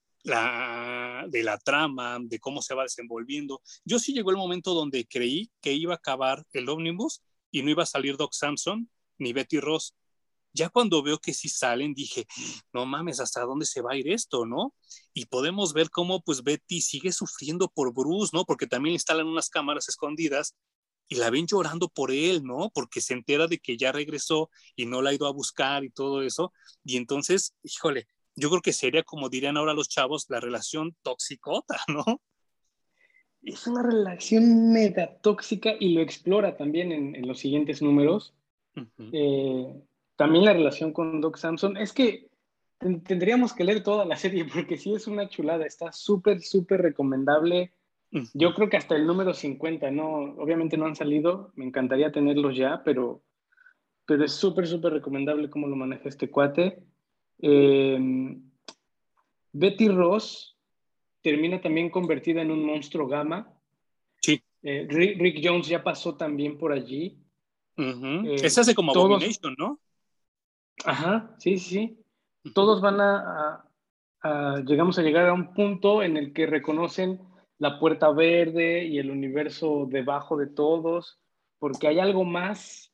de la trama, de cómo se va desenvolviendo. Yo sí llegó el momento donde creí que iba a acabar el ómnibus y no iba a salir Doc Samson ni Betty Ross. Ya cuando veo que sí salen, dije, no mames, ¿hasta dónde se va a ir esto, no? Y podemos ver cómo pues Betty sigue sufriendo por Bruce, ¿no? Porque también le instalan unas cámaras escondidas y la ven llorando por él, ¿no? Porque se entera de que ya regresó y no la ha ido a buscar y todo eso. Y entonces, híjole, yo creo que sería, como dirían ahora los chavos, la relación toxicota, ¿no? Es una relación mega tóxica y lo explora también en los siguientes números. Uh-huh. Eh, También la relación con Doc Samson. Es que tendríamos que leer toda la serie porque sí es una chulada. Está súper, súper recomendable. Uh-huh. Yo creo que hasta el número 50, ¿no? Obviamente no han salido. Me encantaría tenerlos ya, pero es súper, súper recomendable cómo lo maneja este cuate. Eh, Betty Ross termina también convertida en un monstruo gamma. Sí. Rick Jones ya pasó también por allí. Uh-huh. Ese hace como Todos, Abomination, ¿no? ajá, sí, sí, sí. Uh-huh. Todos van llegamos a llegar a un punto en el que reconocen la puerta verde y el universo debajo de todos, porque hay algo más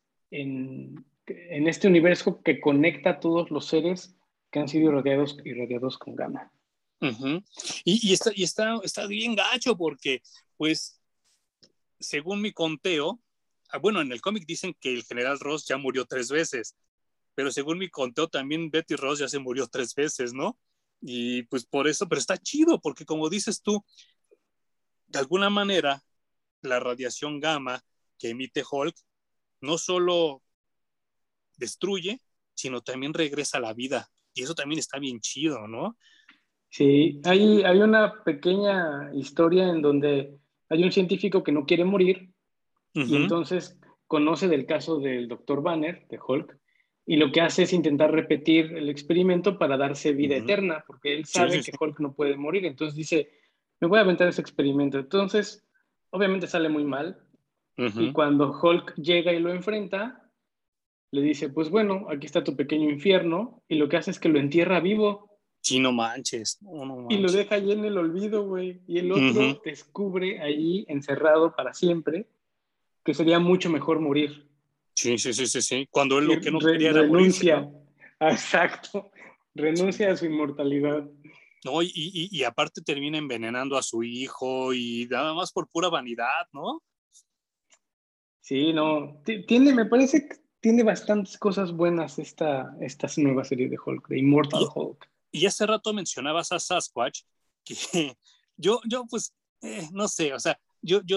en este universo que conecta a todos los seres que han sido rodeados y rodeados con gamma. Uh-huh. Está bien gacho porque, pues, según mi conteo, bueno, en el cómic dicen que el general Ross ya murió 3 veces, pero según mi conteo también Betty Ross ya se murió 3 veces, ¿no? Y pues por eso, pero está chido porque como dices tú, de alguna manera la radiación gamma que emite Hulk no solo destruye, sino también regresa a la vida. Y eso también está bien chido, ¿no? Sí, hay una pequeña historia en donde hay un científico que no quiere morir y Uh-huh, entonces conoce del caso del doctor Banner, de Hulk, y lo que hace es intentar repetir el experimento para darse vida uh-huh. eterna, porque él Sí, sabe sí, que sí. Hulk no puede morir, entonces dice, me voy a aventar ese experimento. Entonces, obviamente sale muy mal, y Uh-huh. cuando Hulk llega y lo enfrenta, le dice, pues bueno, aquí está tu pequeño infierno, y lo que hace es que lo entierra vivo Sí, no manches, no, no y lo manches. deja ahí en el olvido, güey. Y el Uh-huh. otro descubre allí, encerrado para siempre, que sería mucho mejor morir. Sí, sí, sí, sí, sí. Cuando él Y lo que no quería era morirse, ¿no? renuncia, exacto, renuncia a Sí. su inmortalidad. No, y aparte termina envenenando a su hijo y nada más por pura vanidad, ¿no? Sí, no, tiene, me parece tiene bastantes cosas buenas esta nueva serie de Hulk, de Immortal Hulk. Y hace rato mencionabas a Sasquatch, que yo pues, no sé, o sea, yo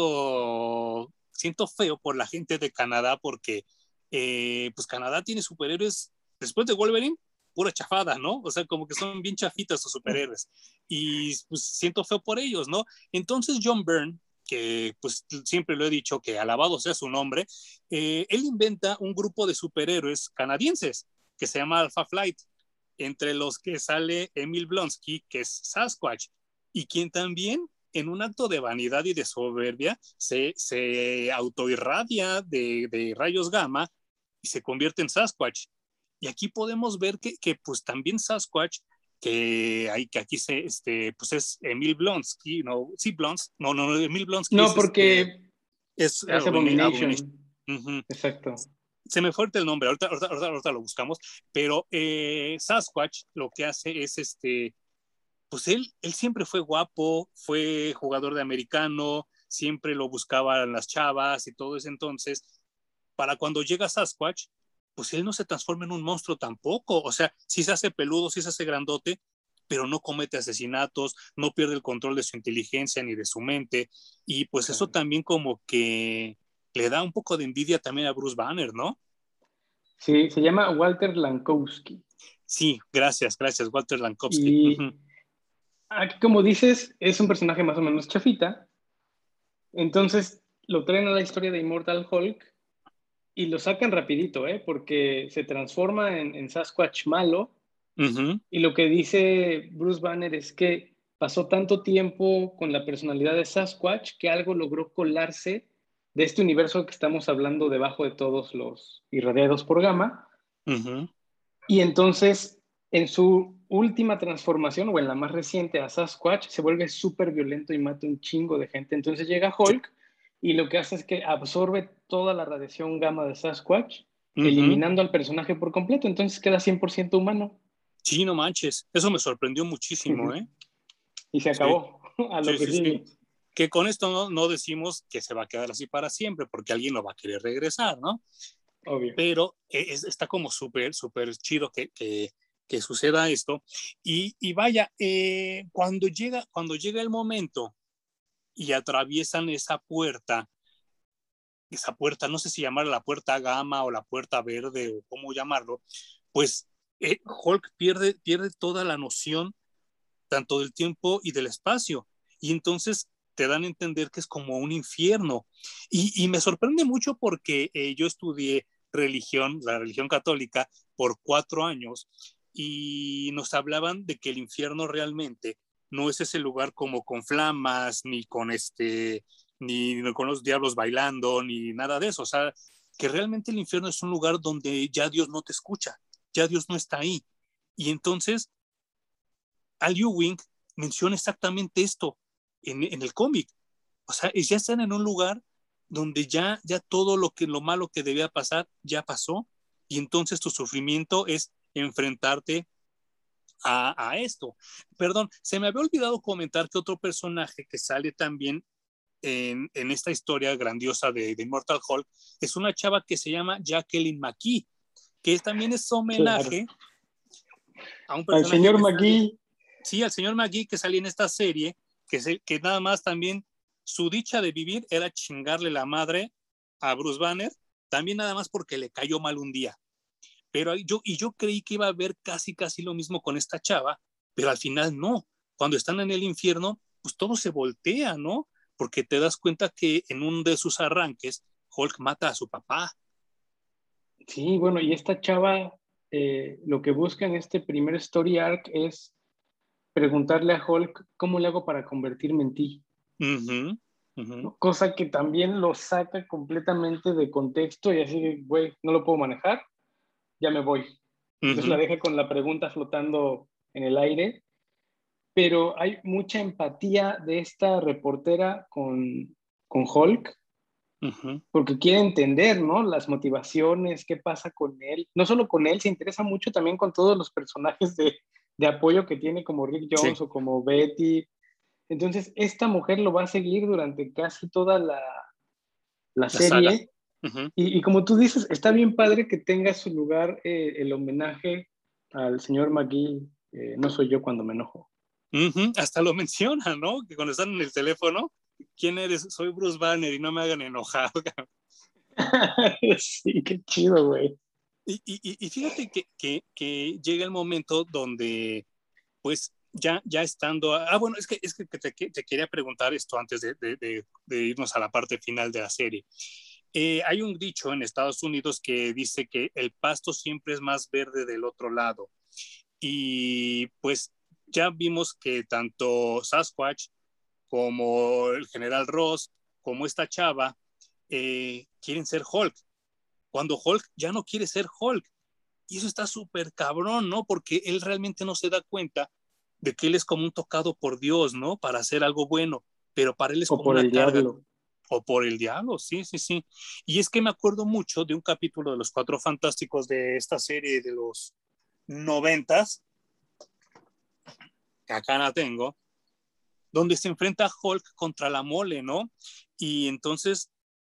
siento feo por la gente de Canadá porque, pues Canadá tiene superhéroes, después de Wolverine, pura chafada, ¿no? O sea, como que son bien chafitas sus superhéroes. Y pues siento feo por ellos, ¿no? Entonces John Byrne, que pues siempre lo he dicho, que alabado sea su nombre, él inventa un grupo de superhéroes canadienses que se llama Alpha Flight, entre los que sale Emil Blonsky, que es Sasquatch, y quien también, en un acto de vanidad y de soberbia, se autoirradia de rayos gamma y se convierte en Sasquatch. Y aquí podemos ver que pues también Sasquatch, que aquí pues es Emil Blonsky, no, sí, no, Emil Blonsky no, porque es es Abomination. Uh-huh. Exacto. Se me fue el nombre, ahorita lo buscamos, pero Sasquatch lo que hace es pues él siempre fue guapo, fue jugador de americano, siempre lo buscaban las chavas y todo eso. Entonces, para cuando llega Sasquatch, pues él no se transforma en un monstruo tampoco, o sea, sí se hace peludo, sí se hace grandote, pero no comete asesinatos, no pierde el control de su inteligencia ni de su mente, y pues eso también como que le da un poco de envidia también a Bruce Banner, ¿no? Sí, se llama Walter Lankowski. Sí, gracias, Walter Lankowski. Y aquí, como dices, es un personaje más o menos chafita. Entonces lo traen a la historia de Immortal Hulk y lo sacan rapidito, porque se transforma en Sasquatch malo. Uh-huh. Y lo que dice Bruce Banner es que pasó tanto tiempo con la personalidad de Sasquatch que algo logró colarse de este universo que estamos hablando debajo de todos los irradiados por gamma. Uh-huh. Y entonces, en su última transformación, o en la más reciente, a Sasquatch, se vuelve súper violento y mata un chingo de gente. Entonces llega Hulk y lo que hace es que absorbe toda la radiación gamma de Sasquatch, eliminando al personaje por completo. Entonces queda 100% humano. Sí, no manches, eso me sorprendió muchísimo, ¿eh? Y se Sí, acabó a lo sí, que sí, sí. sigue. Que con esto no decimos que se va a quedar así para siempre, porque alguien lo va a querer regresar, ¿no? Obvio. Pero está como súper, súper chido que suceda esto. Y vaya, cuando llega el momento y atraviesan esa puerta, no sé si llamarla la puerta gamma o la puerta verde o cómo llamarlo, pues Hulk pierde toda la noción tanto del tiempo y del espacio. Y entonces te dan a entender que es como un infierno. Y me sorprende mucho porque yo estudié la religión católica, por 4 años, y nos hablaban de que el infierno realmente no es ese lugar como con flamas, ni con los diablos bailando, ni nada de eso. O sea, que realmente el infierno es un lugar donde ya Dios no te escucha, ya Dios no está ahí. Y entonces Al Ewing menciona exactamente esto en el cómic. O sea, ya están en un lugar donde ya todo lo malo que debía pasar ya pasó, y entonces tu sufrimiento es enfrentarte a esto. Perdón, se me había olvidado comentar que otro personaje que sale también en esta historia grandiosa de Immortal Hulk es una chava que se llama Jacqueline McKee, que también es homenaje a un Al personaje señor que sale. McGee. Sí, al señor McGee, que salía en esta serie, que nada más también su dicha de vivir era chingarle la madre a Bruce Banner, también nada más porque le cayó mal un día. Pero yo creí que iba a haber casi lo mismo con esta chava, pero al final no. Cuando están en el infierno, pues todo se voltea, ¿no? Porque te das cuenta que en uno de sus arranques, Hulk mata a su papá. Sí, bueno, y esta chava lo que busca en este primer story arc es preguntarle a Hulk cómo le hago para convertirme en ti. Uh-huh, uh-huh. ¿No? Cosa que también lo saca completamente de contexto y así, güey, no lo puedo manejar, ya me voy. Entonces la Uh-huh. deja con la pregunta flotando en el aire, pero hay mucha empatía de esta reportera con Hulk, Uh-huh. porque quiere entender, ¿no? Las motivaciones, qué pasa con él. No solo con él, se interesa mucho también con todos los personajes de apoyo que tiene, como Rick Sí. Jones o como Betty. Entonces, esta mujer lo va a seguir durante casi toda la La saga. serie Ujú. Y como tú dices, está bien padre que tenga su lugar el homenaje al señor McGee, no soy yo cuando me enojo. Ujú. Hasta lo menciona, ¿no? Que cuando están en el teléfono, ¿quién eres? Soy Bruce Banner y no me hagan enojar. Sí, qué chido, güey. Y fíjate que llega el momento donde, pues, ya estando... bueno, es que te quería preguntar esto antes de irnos a la parte final de la serie. Hay un dicho en Estados Unidos que dice que el pasto siempre es más verde del otro lado. Y pues ya vimos que tanto Sasquatch como el general Ross, como esta chava, quieren ser Hulk, cuando Hulk ya no quiere ser Hulk. Y eso está súper cabrón, ¿no? Porque él realmente no se da cuenta de que él es como un tocado por Dios, ¿no? Para hacer algo bueno, pero para él es O como por una el carga. diablo. O por el diablo, sí, sí, sí. Y es que me acuerdo mucho de un capítulo de los Cuatro Fantásticos de esta serie de los 90s, que acá la tengo, donde se enfrenta Hulk contra la mole, ¿no? Y entonces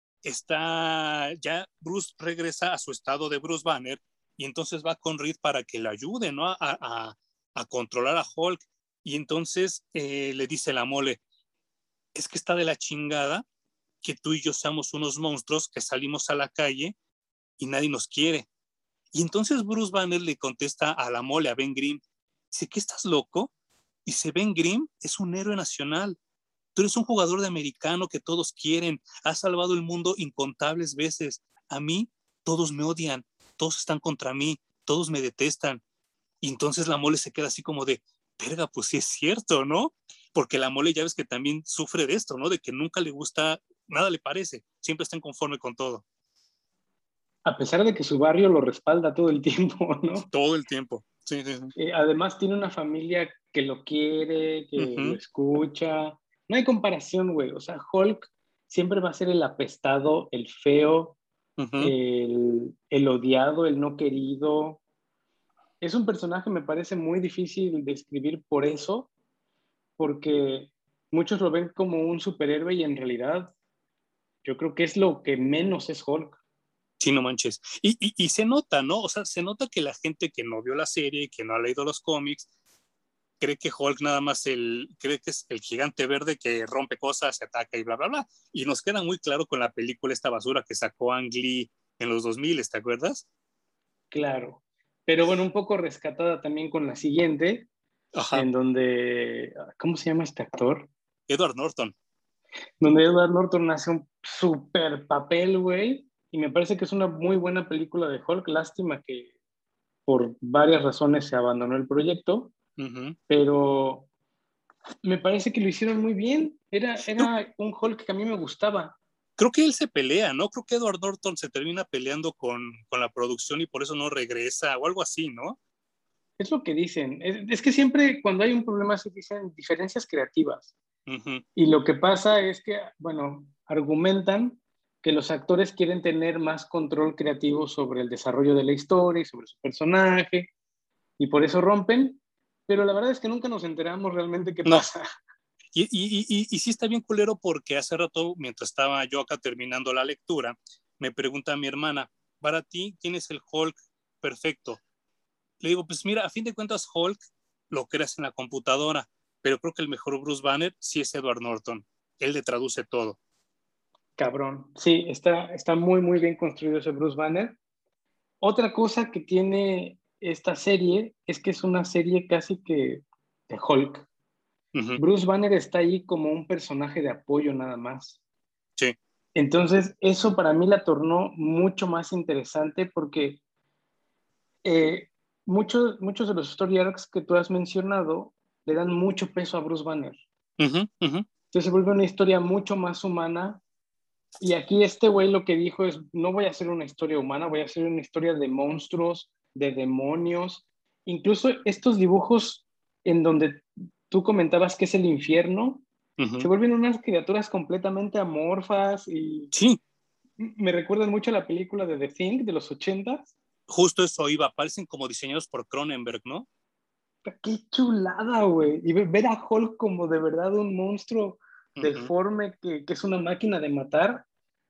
ya Bruce regresa a su estado de Bruce Banner y entonces va con Reed para que le ayude, ¿no? A controlar a Hulk. Y entonces le dice la mole, es que está de la chingada que tú y yo seamos unos monstruos que salimos a la calle y nadie nos quiere. Y entonces Bruce Banner le contesta a la mole, a Ben Grimm, dice, ¿qué estás loco? Dice, Ben Grimm es un héroe nacional. Tú eres un jugador de americano que todos quieren. Has salvado el mundo incontables veces. A mí, todos me odian. Todos están contra mí. Todos me detestan. Y entonces la mole se queda así como de, verga, pues sí es cierto, ¿no? Porque la mole ya ves que también sufre de esto, ¿no? De que nunca le gusta, nada le parece. Siempre está inconforme con todo. A pesar de que su barrio lo respalda todo el tiempo, ¿no? Todo el tiempo. Sí, sí, sí. Además tiene una familia que lo quiere, que lo Uh-huh, escucha. No hay comparación, güey. O sea, Hulk siempre va a ser el apestado, el feo, uh-huh. el odiado, el no querido. Es un personaje, me parece muy difícil de escribir por eso, porque muchos lo ven como un superhéroe y en realidad yo creo que es lo que menos es Hulk. Sí, no manches. Y se nota, ¿no? O sea, se nota que la gente que no vio la serie, que no ha leído los cómics, cree que Hulk nada más cree que es el gigante verde que rompe cosas, se ataca y bla, bla, bla. Y nos queda muy claro con la película esta basura que sacó Ang Lee en los 2000, ¿te acuerdas? Claro. Pero bueno, un poco rescatada también con la siguiente, Ajá. en donde, ¿cómo se llama este actor? Edward Norton. Donde Edward Norton hace un super papel, güey, y me parece que es una muy buena película de Hulk. Lástima que por varias razones se abandonó el proyecto, Uh-huh. pero me parece que lo hicieron muy bien. Creo, Era un Hulk que a mí me gustaba. creo que él se pelea, ¿no? Creo que Edward Norton se termina peleando con la producción y por eso no regresa o algo así, ¿no? Es lo que dicen. Es que siempre cuando hay un problema se dicen diferencias creativas. Uh-huh. Y lo que pasa es que, bueno, argumentan que los actores quieren tener más control creativo sobre el desarrollo de la historia y sobre su personaje, y por eso rompen, pero la verdad es que nunca nos enteramos realmente qué No. pasa. Y sí está bien culero porque hace rato, mientras estaba yo acá terminando la lectura, me pregunta mi hermana, para ti, ¿quién es el Hulk perfecto? Le digo, pues mira, a fin de cuentas, Hulk lo creas en la computadora, pero creo que el mejor Bruce Banner sí es Edward Norton. Él le traduce todo. Cabrón. Sí, está muy, muy bien construido ese Bruce Banner. Otra cosa que tiene esta serie es que es una serie casi que de Hulk. Uh-huh. Bruce Banner está ahí como un personaje de apoyo nada más. Sí. Entonces, eso para mí la tornó mucho más interesante porque muchos de los story arcs que tú has mencionado le dan mucho peso a Bruce Banner. Uh-huh, uh-huh. Entonces se vuelve una historia mucho más humana. Y aquí este güey lo que dijo es, no voy a hacer una historia humana, voy a hacer una historia de monstruos, de demonios. Incluso estos dibujos en donde tú comentabas que es el infierno, se Uh-huh. vuelven unas criaturas completamente amorfas y Sí, me recuerdan mucho a la película de The Thing de los 80s. justo eso iba. Parecen como diseñados por Cronenberg, ¿no? Qué chulada, güey. Y ver a Hulk como de verdad un monstruo Uh-huh. deforme que es una máquina de matar,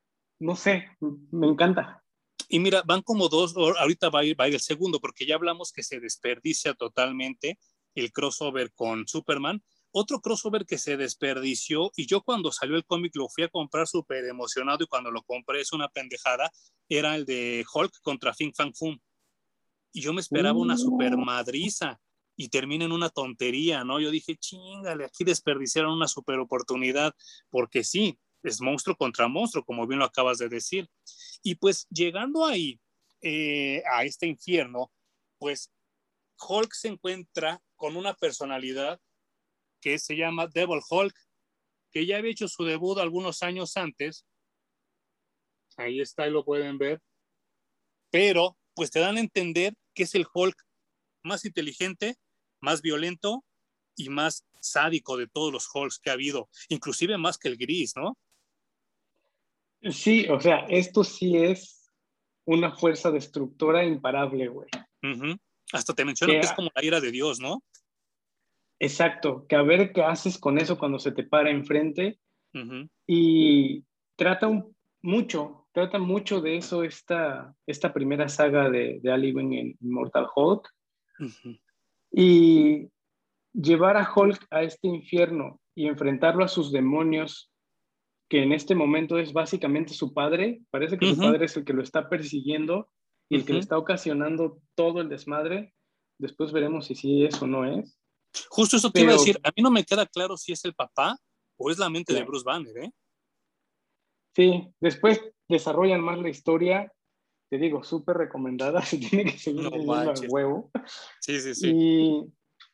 no sé, me encanta. Y mira, van como dos, ahorita va a ir el segundo, porque ya hablamos que se desperdicia totalmente el crossover con Superman. Otro crossover que se desperdició, y yo cuando salió el cómic lo fui a comprar súper emocionado, y cuando lo compré es una pendejada, era el de Hulk contra Fin Fang Foom. Y yo me esperaba una super madriza, y termina en una tontería, ¿no? Yo dije, chingale, aquí desperdiciaron una super oportunidad, porque sí, es monstruo contra monstruo, como bien lo acabas de decir. Y pues llegando ahí, a este infierno, pues Hulk se encuentra con una personalidad que se llama Devil Hulk, que ya había hecho su debut algunos años antes. Ahí está, y lo pueden ver. Pero pues te dan a entender que es el Hulk más inteligente, más violento y más sádico de todos los Hulks que ha habido, inclusive más que el Gris, ¿no? Sí, o sea, esto sí es una fuerza destructora imparable, güey. Uh-huh. Hasta te mencionan Que, que es como la ira de Dios, ¿no? exacto, que a ver qué haces con eso cuando se te para enfrente. Uh-huh. Y trata trata mucho de eso esta primera saga de Ali Wing en Immortal Hulk. Uh-huh. Y llevar a Hulk a este infierno y enfrentarlo a sus demonios, que en este momento es básicamente su padre. Parece que su Uh-huh. padre es el que lo está persiguiendo y el que le Uh-huh. está ocasionando todo el desmadre. Después veremos si sí es o no es. Justo eso te iba a decir, Pero, a mí no me queda claro si es el papá o es la mente de claro, Bruce Banner, ¿eh? sí, después desarrollan más la historia. Te digo, súper recomendada, se tiene que seguir No leyendo al manches. huevo. Sí, sí, sí. Y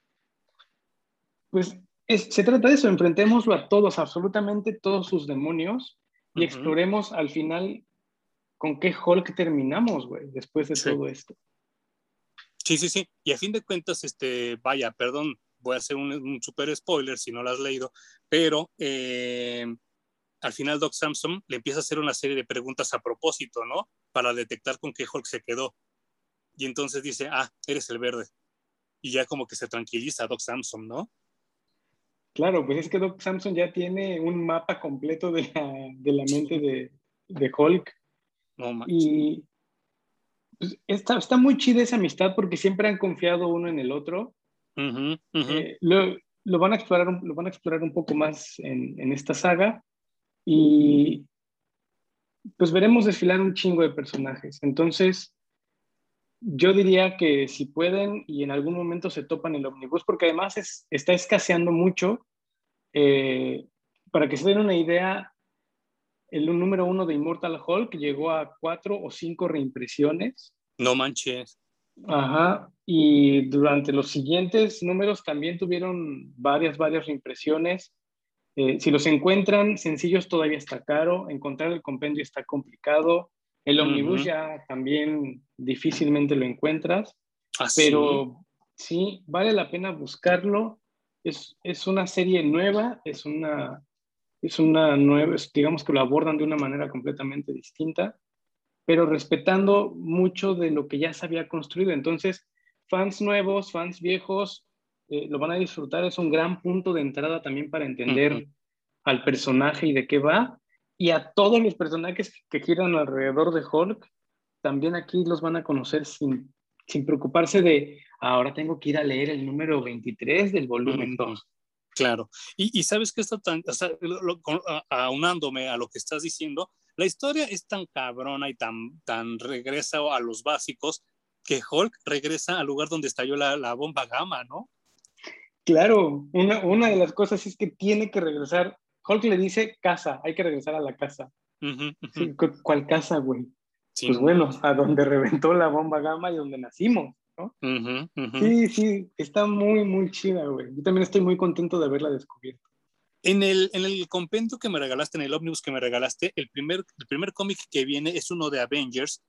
pues se trata de eso, enfrentémoslo a todos, absolutamente todos sus demonios, y Uh-huh. exploremos al final con qué Hulk terminamos, güey, después de Sí. todo esto. Sí, sí, sí. Y a fin de cuentas, vaya, perdón, voy a hacer un super spoiler si no lo has leído, pero al final Doc Samson le empieza a hacer una serie de preguntas a propósito, ¿no? Para detectar con qué Hulk se quedó. Y entonces dice, eres el verde. Y ya como que se tranquiliza Doc Samson, ¿no? Claro, pues es que Doc Samson ya tiene un mapa completo de la mente de Hulk. No manches. Y pues, está muy chida esa amistad porque siempre han confiado uno en el otro. Uh-huh, uh-huh. Lo van a explorar, lo van a explorar un poco más en esta saga. Y pues veremos desfilar un chingo de personajes. Entonces, yo diría que si pueden y en algún momento se topan el ómnibus, porque además está escaseando mucho, eh, para que se den una idea, el número uno de Immortal Hulk llegó a 4 o 5 reimpresiones. No manches. Ajá, y durante los siguientes números también tuvieron varias reimpresiones. Si los encuentran sencillos todavía está caro, encontrar el compendio está complicado, el omnibus Uh-huh. ya también difícilmente lo encuentras, Así. pero sí, vale la pena buscarlo. Es una serie nueva, es una nueva, digamos que lo abordan de una manera completamente distinta, pero respetando mucho de lo que ya se había construido. Entonces, fans nuevos, fans viejos, lo van a disfrutar. Es un gran punto de entrada también para Uh-huh. entender al personaje y de qué va. Y a todos los personajes que giran alrededor de Hulk, también aquí los van a conocer sin preocuparse de, ahora tengo que ir a leer el número 23 del volumen Uh-huh. 2. Claro. Y sabes que está tan, o sea, aunándome a lo que estás diciendo, la historia es tan cabrona y tan regresa a los básicos que Hulk regresa al lugar donde estalló la bomba gamma, ¿no? Claro, una de las cosas es que tiene que regresar. Hulk le dice casa, hay que regresar a la casa. Uh-huh, uh-huh. Sí, ¿cuál casa, güey? Sí, Pues no bueno, manches. a donde reventó la bomba gamma y donde nacimos, ¿no? Uh-huh, uh-huh. Sí, está muy chida, güey. Yo también estoy muy contento de haberla descubierto. En el compendio que me regalaste, en el ómnibus que me regalaste, el primer cómic que viene es uno de Avengers,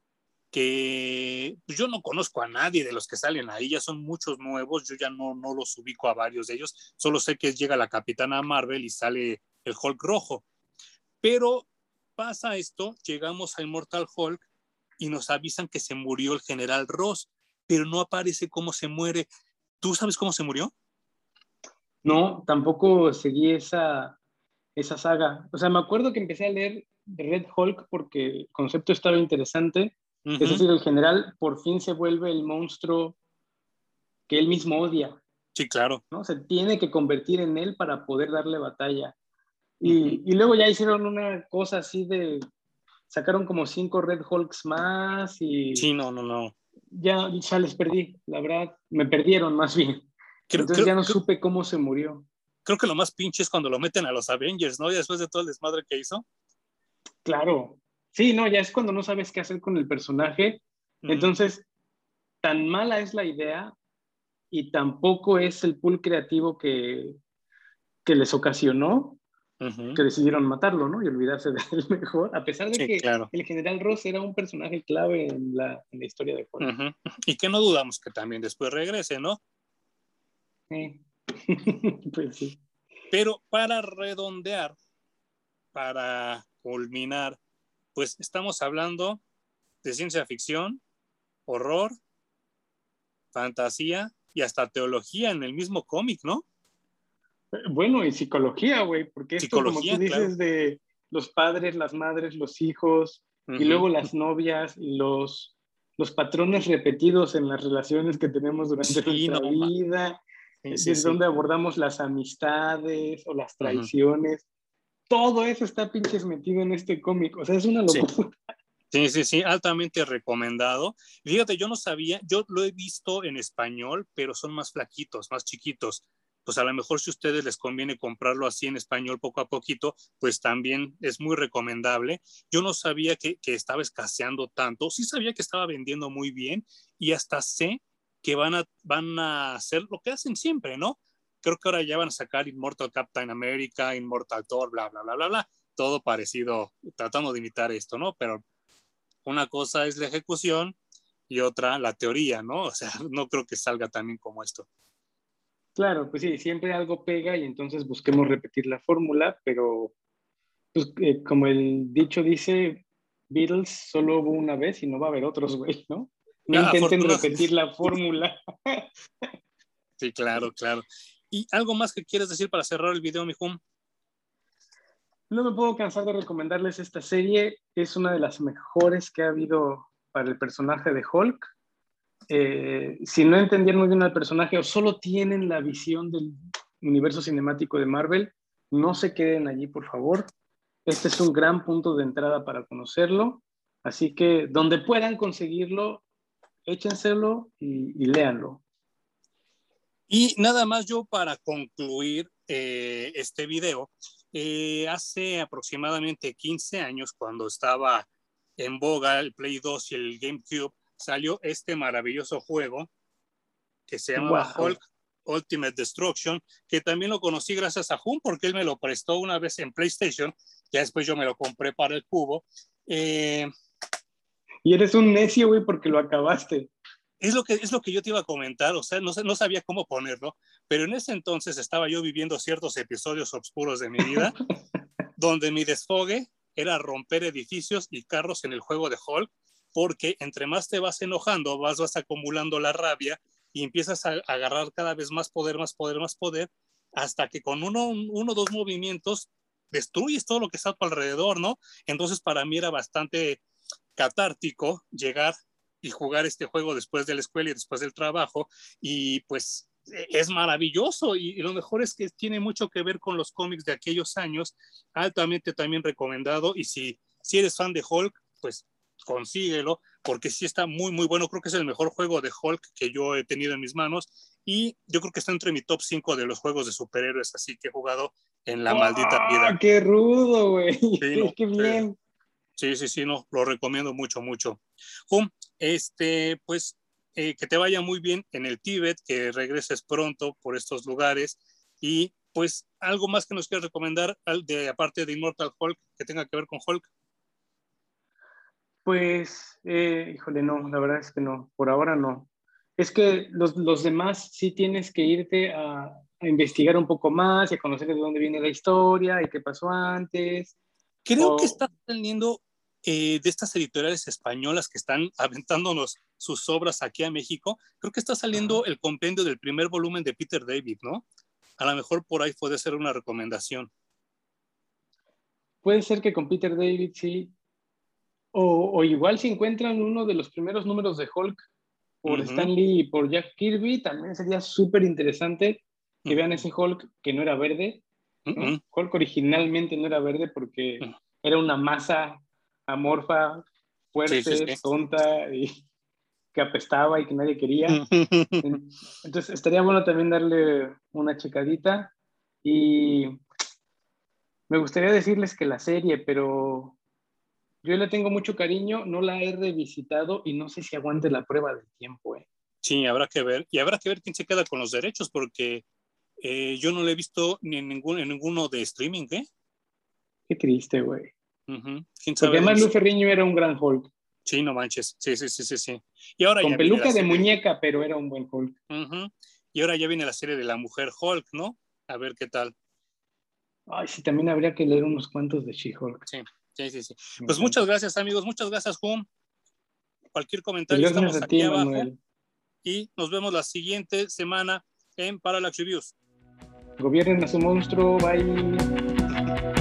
que pues, yo no conozco a nadie de los que salen ahí, ya son muchos nuevos, yo ya no los ubico a varios de ellos, solo sé que llega la Capitana Marvel y sale el Hulk rojo, pero pasa esto, llegamos a Immortal Hulk y nos avisan que se murió el general Ross, pero no aparece cómo se muere. ¿Tú sabes cómo se murió? No, tampoco seguí esa saga. O sea, me acuerdo que empecé a leer Red Hulk porque el concepto estaba interesante. Es Uh-huh. decir, el general por fin se vuelve el monstruo que él mismo odia, Sí, claro. ¿no? Se tiene que convertir en él para poder darle batalla. Uh-huh. Y luego ya hicieron una cosa así de, sacaron como 5 Red Hulks más y Sí, no, no, no. ya les perdí, la verdad, me perdieron más bien. Creo, Entonces creo, ya no creo, supe cómo se murió. creo que lo más pinche es cuando lo meten a los Avengers, ¿no? Y después de todo el desmadre que hizo. Claro. Sí, no, ya es cuando no sabes qué hacer con el personaje. Uh-huh. Entonces, tan mala es la idea y tampoco es el pool creativo que les ocasionó Uh-huh. que decidieron matarlo, ¿no? Y olvidarse de él mejor, a pesar de Sí, que claro. el general Ross era un personaje clave en la historia de Hulk. Uh-huh. Y que no dudamos que también después regrese, ¿no? Sí. Pues sí. Pero para redondear, para culminar, pues estamos hablando de ciencia ficción, horror, fantasía y hasta teología en el mismo cómic, ¿no? Bueno, y psicología, güey, porque esto, como tú Psicología, claro. dices, de los padres, las madres, los hijos, y Uh-huh. luego las novias, los patrones repetidos en las relaciones que tenemos durante Sí, no, nuestra vida, sí, sí, desde sí. donde abordamos las amistades o las Uh-huh. traiciones. Todo eso está pinches metido en este cómic. O sea, es una Sí. locura. Sí, sí, sí, altamente recomendado. Fíjate, yo no sabía, yo lo he visto en español, pero son más flaquitos, más chiquitos. Pues a lo mejor si a ustedes les conviene comprarlo así en español poco a poquito, pues también es muy recomendable. Yo no sabía que estaba escaseando tanto, sí sabía que estaba vendiendo muy bien y hasta sé que van a hacer lo que hacen siempre, ¿no? Creo que ahora ya van a sacar Immortal Captain America, Immortal Thor, bla, bla, bla, bla, bla. Todo parecido, tratando de imitar esto, ¿no? Pero una cosa es la ejecución y otra la teoría, ¿no? O sea, no creo que salga también como esto. Claro, pues sí, siempre algo pega y entonces busquemos repetir la fórmula, pero pues, como el dicho dice, Beatles solo hubo una vez y no va a haber otros, güey, ¿no? No Ya, intenten afortunadamente. repetir la fórmula. Sí, claro, claro. ¿Y algo más que quieres decir para cerrar el video, mi Jum? No me puedo cansar de recomendarles esta serie. Es una de las mejores que ha habido para el personaje de Hulk. Si no entendieron muy bien al personaje o solo tienen la visión del universo cinemático de Marvel, no se queden allí, por favor. Este es un gran punto de entrada para conocerlo. Así que donde puedan conseguirlo, échenselo y léanlo. Y nada más yo para concluir este video, hace aproximadamente 15 años, cuando estaba en boga el Play 2 y el GameCube, salió este maravilloso juego que se llamaba Hulk Wow. Ultimate Destruction, que también lo conocí gracias a Jun, porque él me lo prestó una vez en PlayStation, ya después yo me lo compré para el cubo. Eh, Y eres un necio, güey, porque lo acabaste. es lo que yo te iba a comentar, o sea, no sabía cómo ponerlo, pero en ese entonces estaba yo viviendo ciertos episodios oscuros de mi vida, donde mi desfogue era romper edificios y carros en el juego de Hulk, porque entre más te vas enojando, vas acumulando la rabia y empiezas a agarrar cada vez más poder, más poder, más poder, hasta que con uno o dos movimientos destruyes todo lo que está a tu alrededor, ¿no? Entonces para mí era bastante catártico llegar y jugar este juego después de la escuela y después del trabajo, y pues es maravilloso, y lo mejor es que tiene mucho que ver con los cómics de aquellos años, altamente también recomendado, y si eres fan de Hulk, pues consíguelo, porque sí está muy, muy bueno. Creo que es el mejor juego de Hulk que yo he tenido en mis manos, y yo creo que está entre mi top 5 de los juegos de superhéroes así que he jugado en la maldita vida. ¡Wow! ¡Qué rudo, güey! Sí, no, ¡Qué bien! sí, sí, sí, no, lo recomiendo mucho, mucho. Hum, pues que te vaya muy bien en el Tíbet, que regreses pronto por estos lugares, y pues algo más que nos quieras recomendar, aparte de Immortal Hulk, que tenga que ver con Hulk. Pues, híjole, no, la verdad es que no, por ahora no. Es que los demás sí tienes que irte a investigar un poco más y a conocer de dónde viene la historia y qué pasó antes. Creo que O, está saliendo de estas editoriales españolas que están aventándonos sus obras aquí a México. Creo que está ajá. saliendo el compendio del primer volumen de Peter David, ¿no? A lo mejor por ahí puede ser una recomendación. Puede ser que con Peter David, sí. O igual si encuentran uno de los primeros números de Hulk por Stan Lee y por Jack Kirby, también sería súper interesante que vean ese Hulk que no era verde, ¿no? Hulk originalmente no era verde porque era una masa amorfa, fuerte, Sí. tonta y que apestaba y que nadie quería. Entonces estaría bueno también darle una checadita y me gustaría decirles que la serie, pero yo le tengo mucho cariño, no la he revisitado y no sé si aguante la prueba del tiempo. Sí, habrá que ver. Y habrá que ver quién se queda con los derechos, porque yo no lo he visto ni en ninguno de streaming, ¿eh? Qué triste, güey. ¿Quién Porque sabe además dónde Lou está? Ferrigno era un gran Hulk. Sí, no manches. Sí. Y ahora Con ya viene la peluca de serie. muñeca, pero era un buen Hulk. Y ahora ya viene la serie de la mujer Hulk, ¿no? A ver qué tal. Ay, sí, también habría que leer unos cuantos de She-Hulk. Sí. Pues muchas gracias, amigos. Muchas gracias, Hum. Cualquier Pues comentario, gracias estamos a ti, aquí abajo. Manuel. Y nos vemos la siguiente semana en Parallax Reviews. Gobiernen a su monstruo, bye.